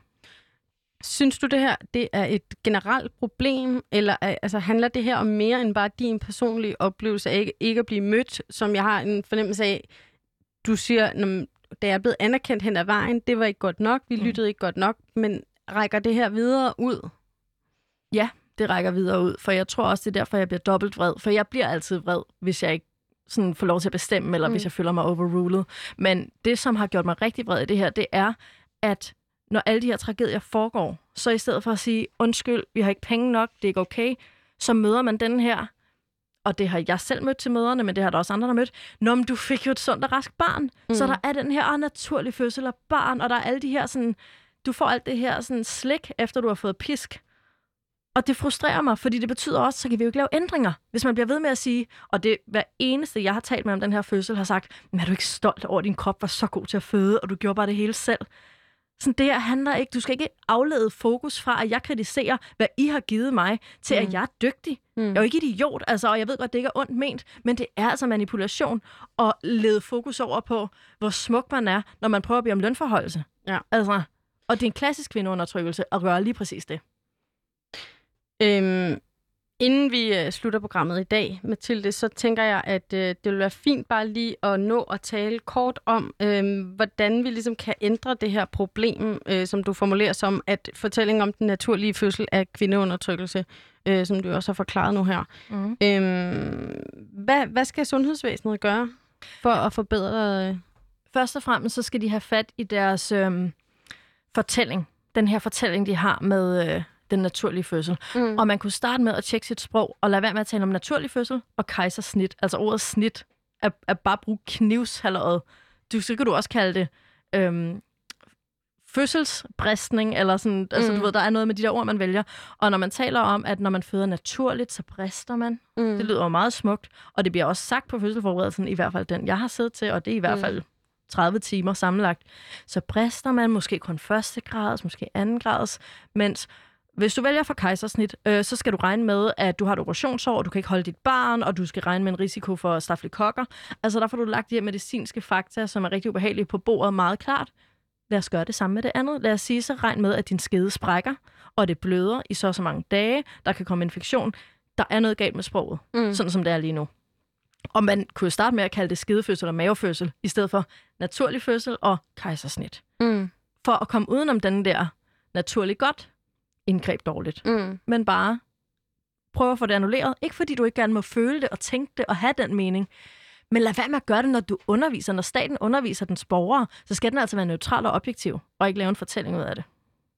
Synes du, det her det er et generelt problem, eller altså, handler det her om mere end bare din personlige oplevelse af ikke, ikke at blive mødt, som jeg har en fornemmelse af, du siger, da jeg er blevet anerkendt hen ad vejen, det var ikke godt nok, vi lyttede mm. ikke godt nok, men rækker det her videre ud? Ja, det rækker videre ud, for jeg tror også, det er derfor, jeg bliver dobbelt vred, for jeg bliver altid vred, hvis jeg ikke sådan får lov til at bestemme, eller mm. hvis jeg føler mig overrulet. Men det, som har gjort mig rigtig vred i det her, det er, at når alle de her tragedier foregår, så i stedet for at sige, undskyld, vi har ikke penge nok, det er ikke okay, så møder man den her, og det har jeg selv mødt til møderne, men det har der også andre, der mødt. Nå, men du fik jo et sundt og rask barn, mm. så der er den her ah, naturlig fødsel af barn, og der er alle de her sådan, du får alt det her sådan slik, efter du har fået pisk. Og det frustrerer mig, fordi det betyder også, så kan vi jo ikke lave ændringer. Hvis man bliver ved med at sige, og det hver eneste, jeg har talt med om den her fødsel, har sagt, men er du ikke stolt over, at din krop var så god til at føde, og du gjorde bare det hele selv? Sådan, det her handler ikke, du skal ikke aflede fokus fra, at jeg kritiserer, hvad I har givet mig, til mm. at jeg er dygtig. Mm. Jeg er jo ikke idiot, altså, og jeg ved godt, det ikke er ondt ment, men det er altså manipulation at lede fokus over på, hvor smuk man er, når man prøver at blive om lønforholdelse. Ja. Altså, og det er en klassisk kvindeundertrykkelse at gøre lige præcis det. Øhm, inden vi uh, slutter programmet i dag, Mathilde, så tænker jeg, at uh, det vil være fint bare lige at nå at tale kort om, øh, hvordan vi ligesom kan ændre det her problem, øh, som du formulerer som, at fortællingen om den naturlige fødsel af kvindeundertrykkelse, øh, som du også har forklaret nu her. Mm. Øhm, hvad, hvad skal sundhedsvæsenet gøre for at forbedre... Øh... Først og fremmest så skal de have fat i deres øh, fortælling. Den her fortælling, de har med... Øh den naturlige fødsel. Mm. Og man kunne starte med at tjekke sit sprog, og lade være med at tale om naturlig fødsel og kejsersnit. Altså ordet snit er, er bare bruge knivshalleret. Du, så kan du også kalde det øhm, fødselsbristning, eller sådan, mm. altså du ved, der er noget med de der ord, man vælger. Og når man taler om, at når man føder naturligt, så brister man. Mm. Det lyder jo meget smukt, og det bliver også sagt på fødselsforberedelsen, i hvert fald den, jeg har siddet til, og det er i hvert fald tredive timer sammenlagt. Så brister man måske kun første grads, måske anden grads, mens hvis du vælger for kejsersnit, øh, så skal du regne med, at du har et operationsår, og du kan ikke holde dit barn, og du skal regne med en risiko for stafylokokker. Altså der får du lagt de her medicinske fakta, som er rigtig ubehagelige på bordet meget klart. Lad os gøre det samme med det andet. Lad os sige, så regn med, at din skede sprækker, og det bløder i så så mange dage. Der kan komme infektion. Der er noget galt med sproget, mm. sådan som det er lige nu. Og man kunne starte med at kalde det skedefødsel og mavefødsel, i stedet for naturlig fødsel og kejsersnit. Mm. For at komme udenom den der naturlig godt, indgreb dårligt. Mm. Men bare prøv at få det annulleret. Ikke fordi du ikke gerne må føle det og tænke det og have den mening. Men lad være med at gøre det, når du underviser. Når staten underviser dens borgere, så skal den altså være neutral og objektiv, og ikke lave en fortælling ud af det.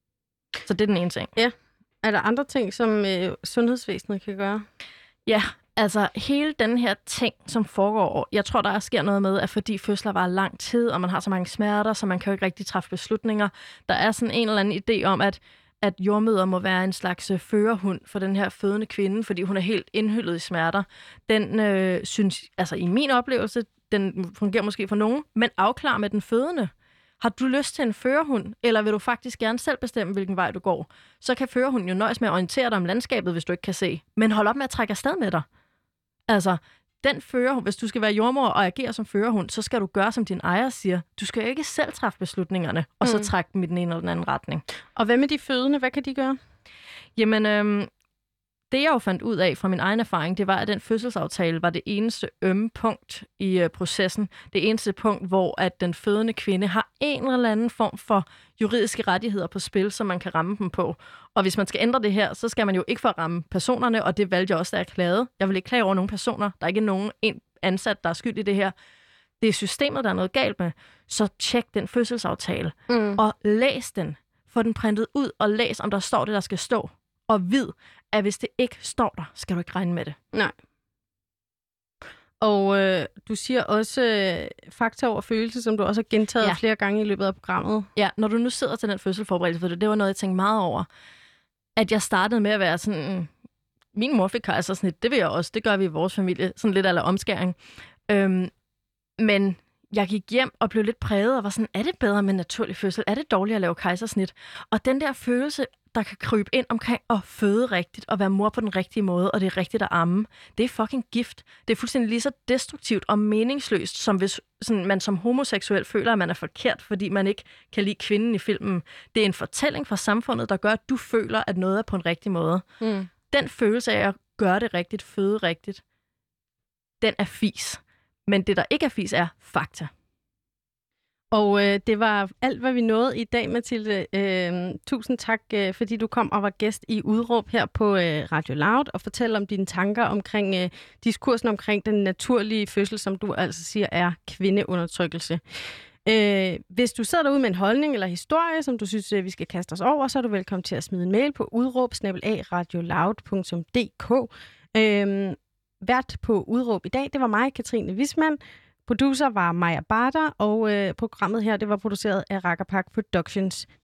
Så det er den ene ting. Ja. Er der andre ting, som øh, sundhedsvæsenet kan gøre? Ja, altså hele den her ting, som foregår, jeg tror, der sker noget med, at fordi fødsler var lang tid, og man har så mange smerter, så man kan jo ikke rigtig træffe beslutninger. Der er sådan en eller anden idé om, at at jordmøder må være en slags førerhund for den her fødende kvinde, fordi hun er helt indhyllet i smerter. Den øh, synes, altså i min oplevelse, den fungerer måske for nogen, men afklar med den fødende. Har du lyst til en førerhund, eller vil du faktisk gerne selv bestemme, hvilken vej du går? Så kan førerhunden jo nøjes med at orientere dig om landskabet, hvis du ikke kan se. Men hold op med at trække afsted med dig. Altså, den førerhund, hvis du skal være jordmor og agere som førerhund, så skal du gøre, som din ejer siger. Du skal ikke selv træffe beslutningerne, og så trække dem i den ene eller den anden retning. Og hvad med de fødende? Hvad kan de gøre? Jamen, øhm, det jeg jo fandt ud af fra min egen erfaring, det var, at den fødselsaftale var det eneste ømme punkt i øh, processen. Det eneste punkt, hvor at den fødende kvinde har en eller anden form for juridiske rettigheder på spil, som man kan ramme dem på. Og hvis man skal ændre det her, så skal man jo ikke for at ramme personerne, og det valgte jeg også, da jeg klagede. Jeg vil ikke klage over nogen personer. Der er ikke nogen en ansat, der er skyld i det her. Det er systemet, der er noget galt med. Så tjek den fødselsaftale, mm. og læs den. Få den printet ud, og læs, om der står det, der skal stå. Og vid, at hvis det ikke står der, skal du ikke regne med det. Nej. Og øh, du siger også øh, fakta over følelse, som du også har gentaget ja. flere gange i løbet af programmet. Ja, når du nu sidder til den fødselsforberedelse, for det, det var noget, jeg tænkte meget over. At jeg startede med at være sådan, min mor fik kejsersnit, det vil jeg også, det gør vi i vores familie, sådan lidt eller omskæring. Øhm, men jeg gik hjem og blev lidt præget og var sådan, er det bedre med naturlig fødsel? Er det dårligt at lave kejsersnit? Og den der følelse, der kan krybe ind omkring at føde rigtigt og være mor på den rigtige måde, og det er rigtigt at amme, det er fucking gift. Det er fuldstændig lige så destruktivt og meningsløst, som hvis sådan, man som homoseksuel føler, at man er forkert, fordi man ikke kan lide kvinden i filmen. Det er en fortælling fra samfundet, der gør, at du føler, at noget er på en rigtig måde. Mm. Den følelse af at gøre det rigtigt, føde rigtigt, den er fis. Men det, der ikke er fis, er fakta. Og øh, det var alt, hvad vi nåede i dag, Mathilde. Øh, tusind tak, øh, fordi du kom og var gæst i Udråb her på øh, Radio Loud og fortælle om dine tanker omkring øh, diskursen omkring den naturlige fødsel, som du altså siger er kvindeundertrykkelse. Øh, hvis du sidder derude med en holdning eller historie, som du synes, øh, vi skal kaste os over, så er du velkommen til at smide en mail på udråb snabel-a radioloud punktum d k. Øh, vært på Udråb i dag, det var mig, Katrine Wismann. Producer var Maja Barter, og øh, programmet her det var produceret af Rakkerpak Productions.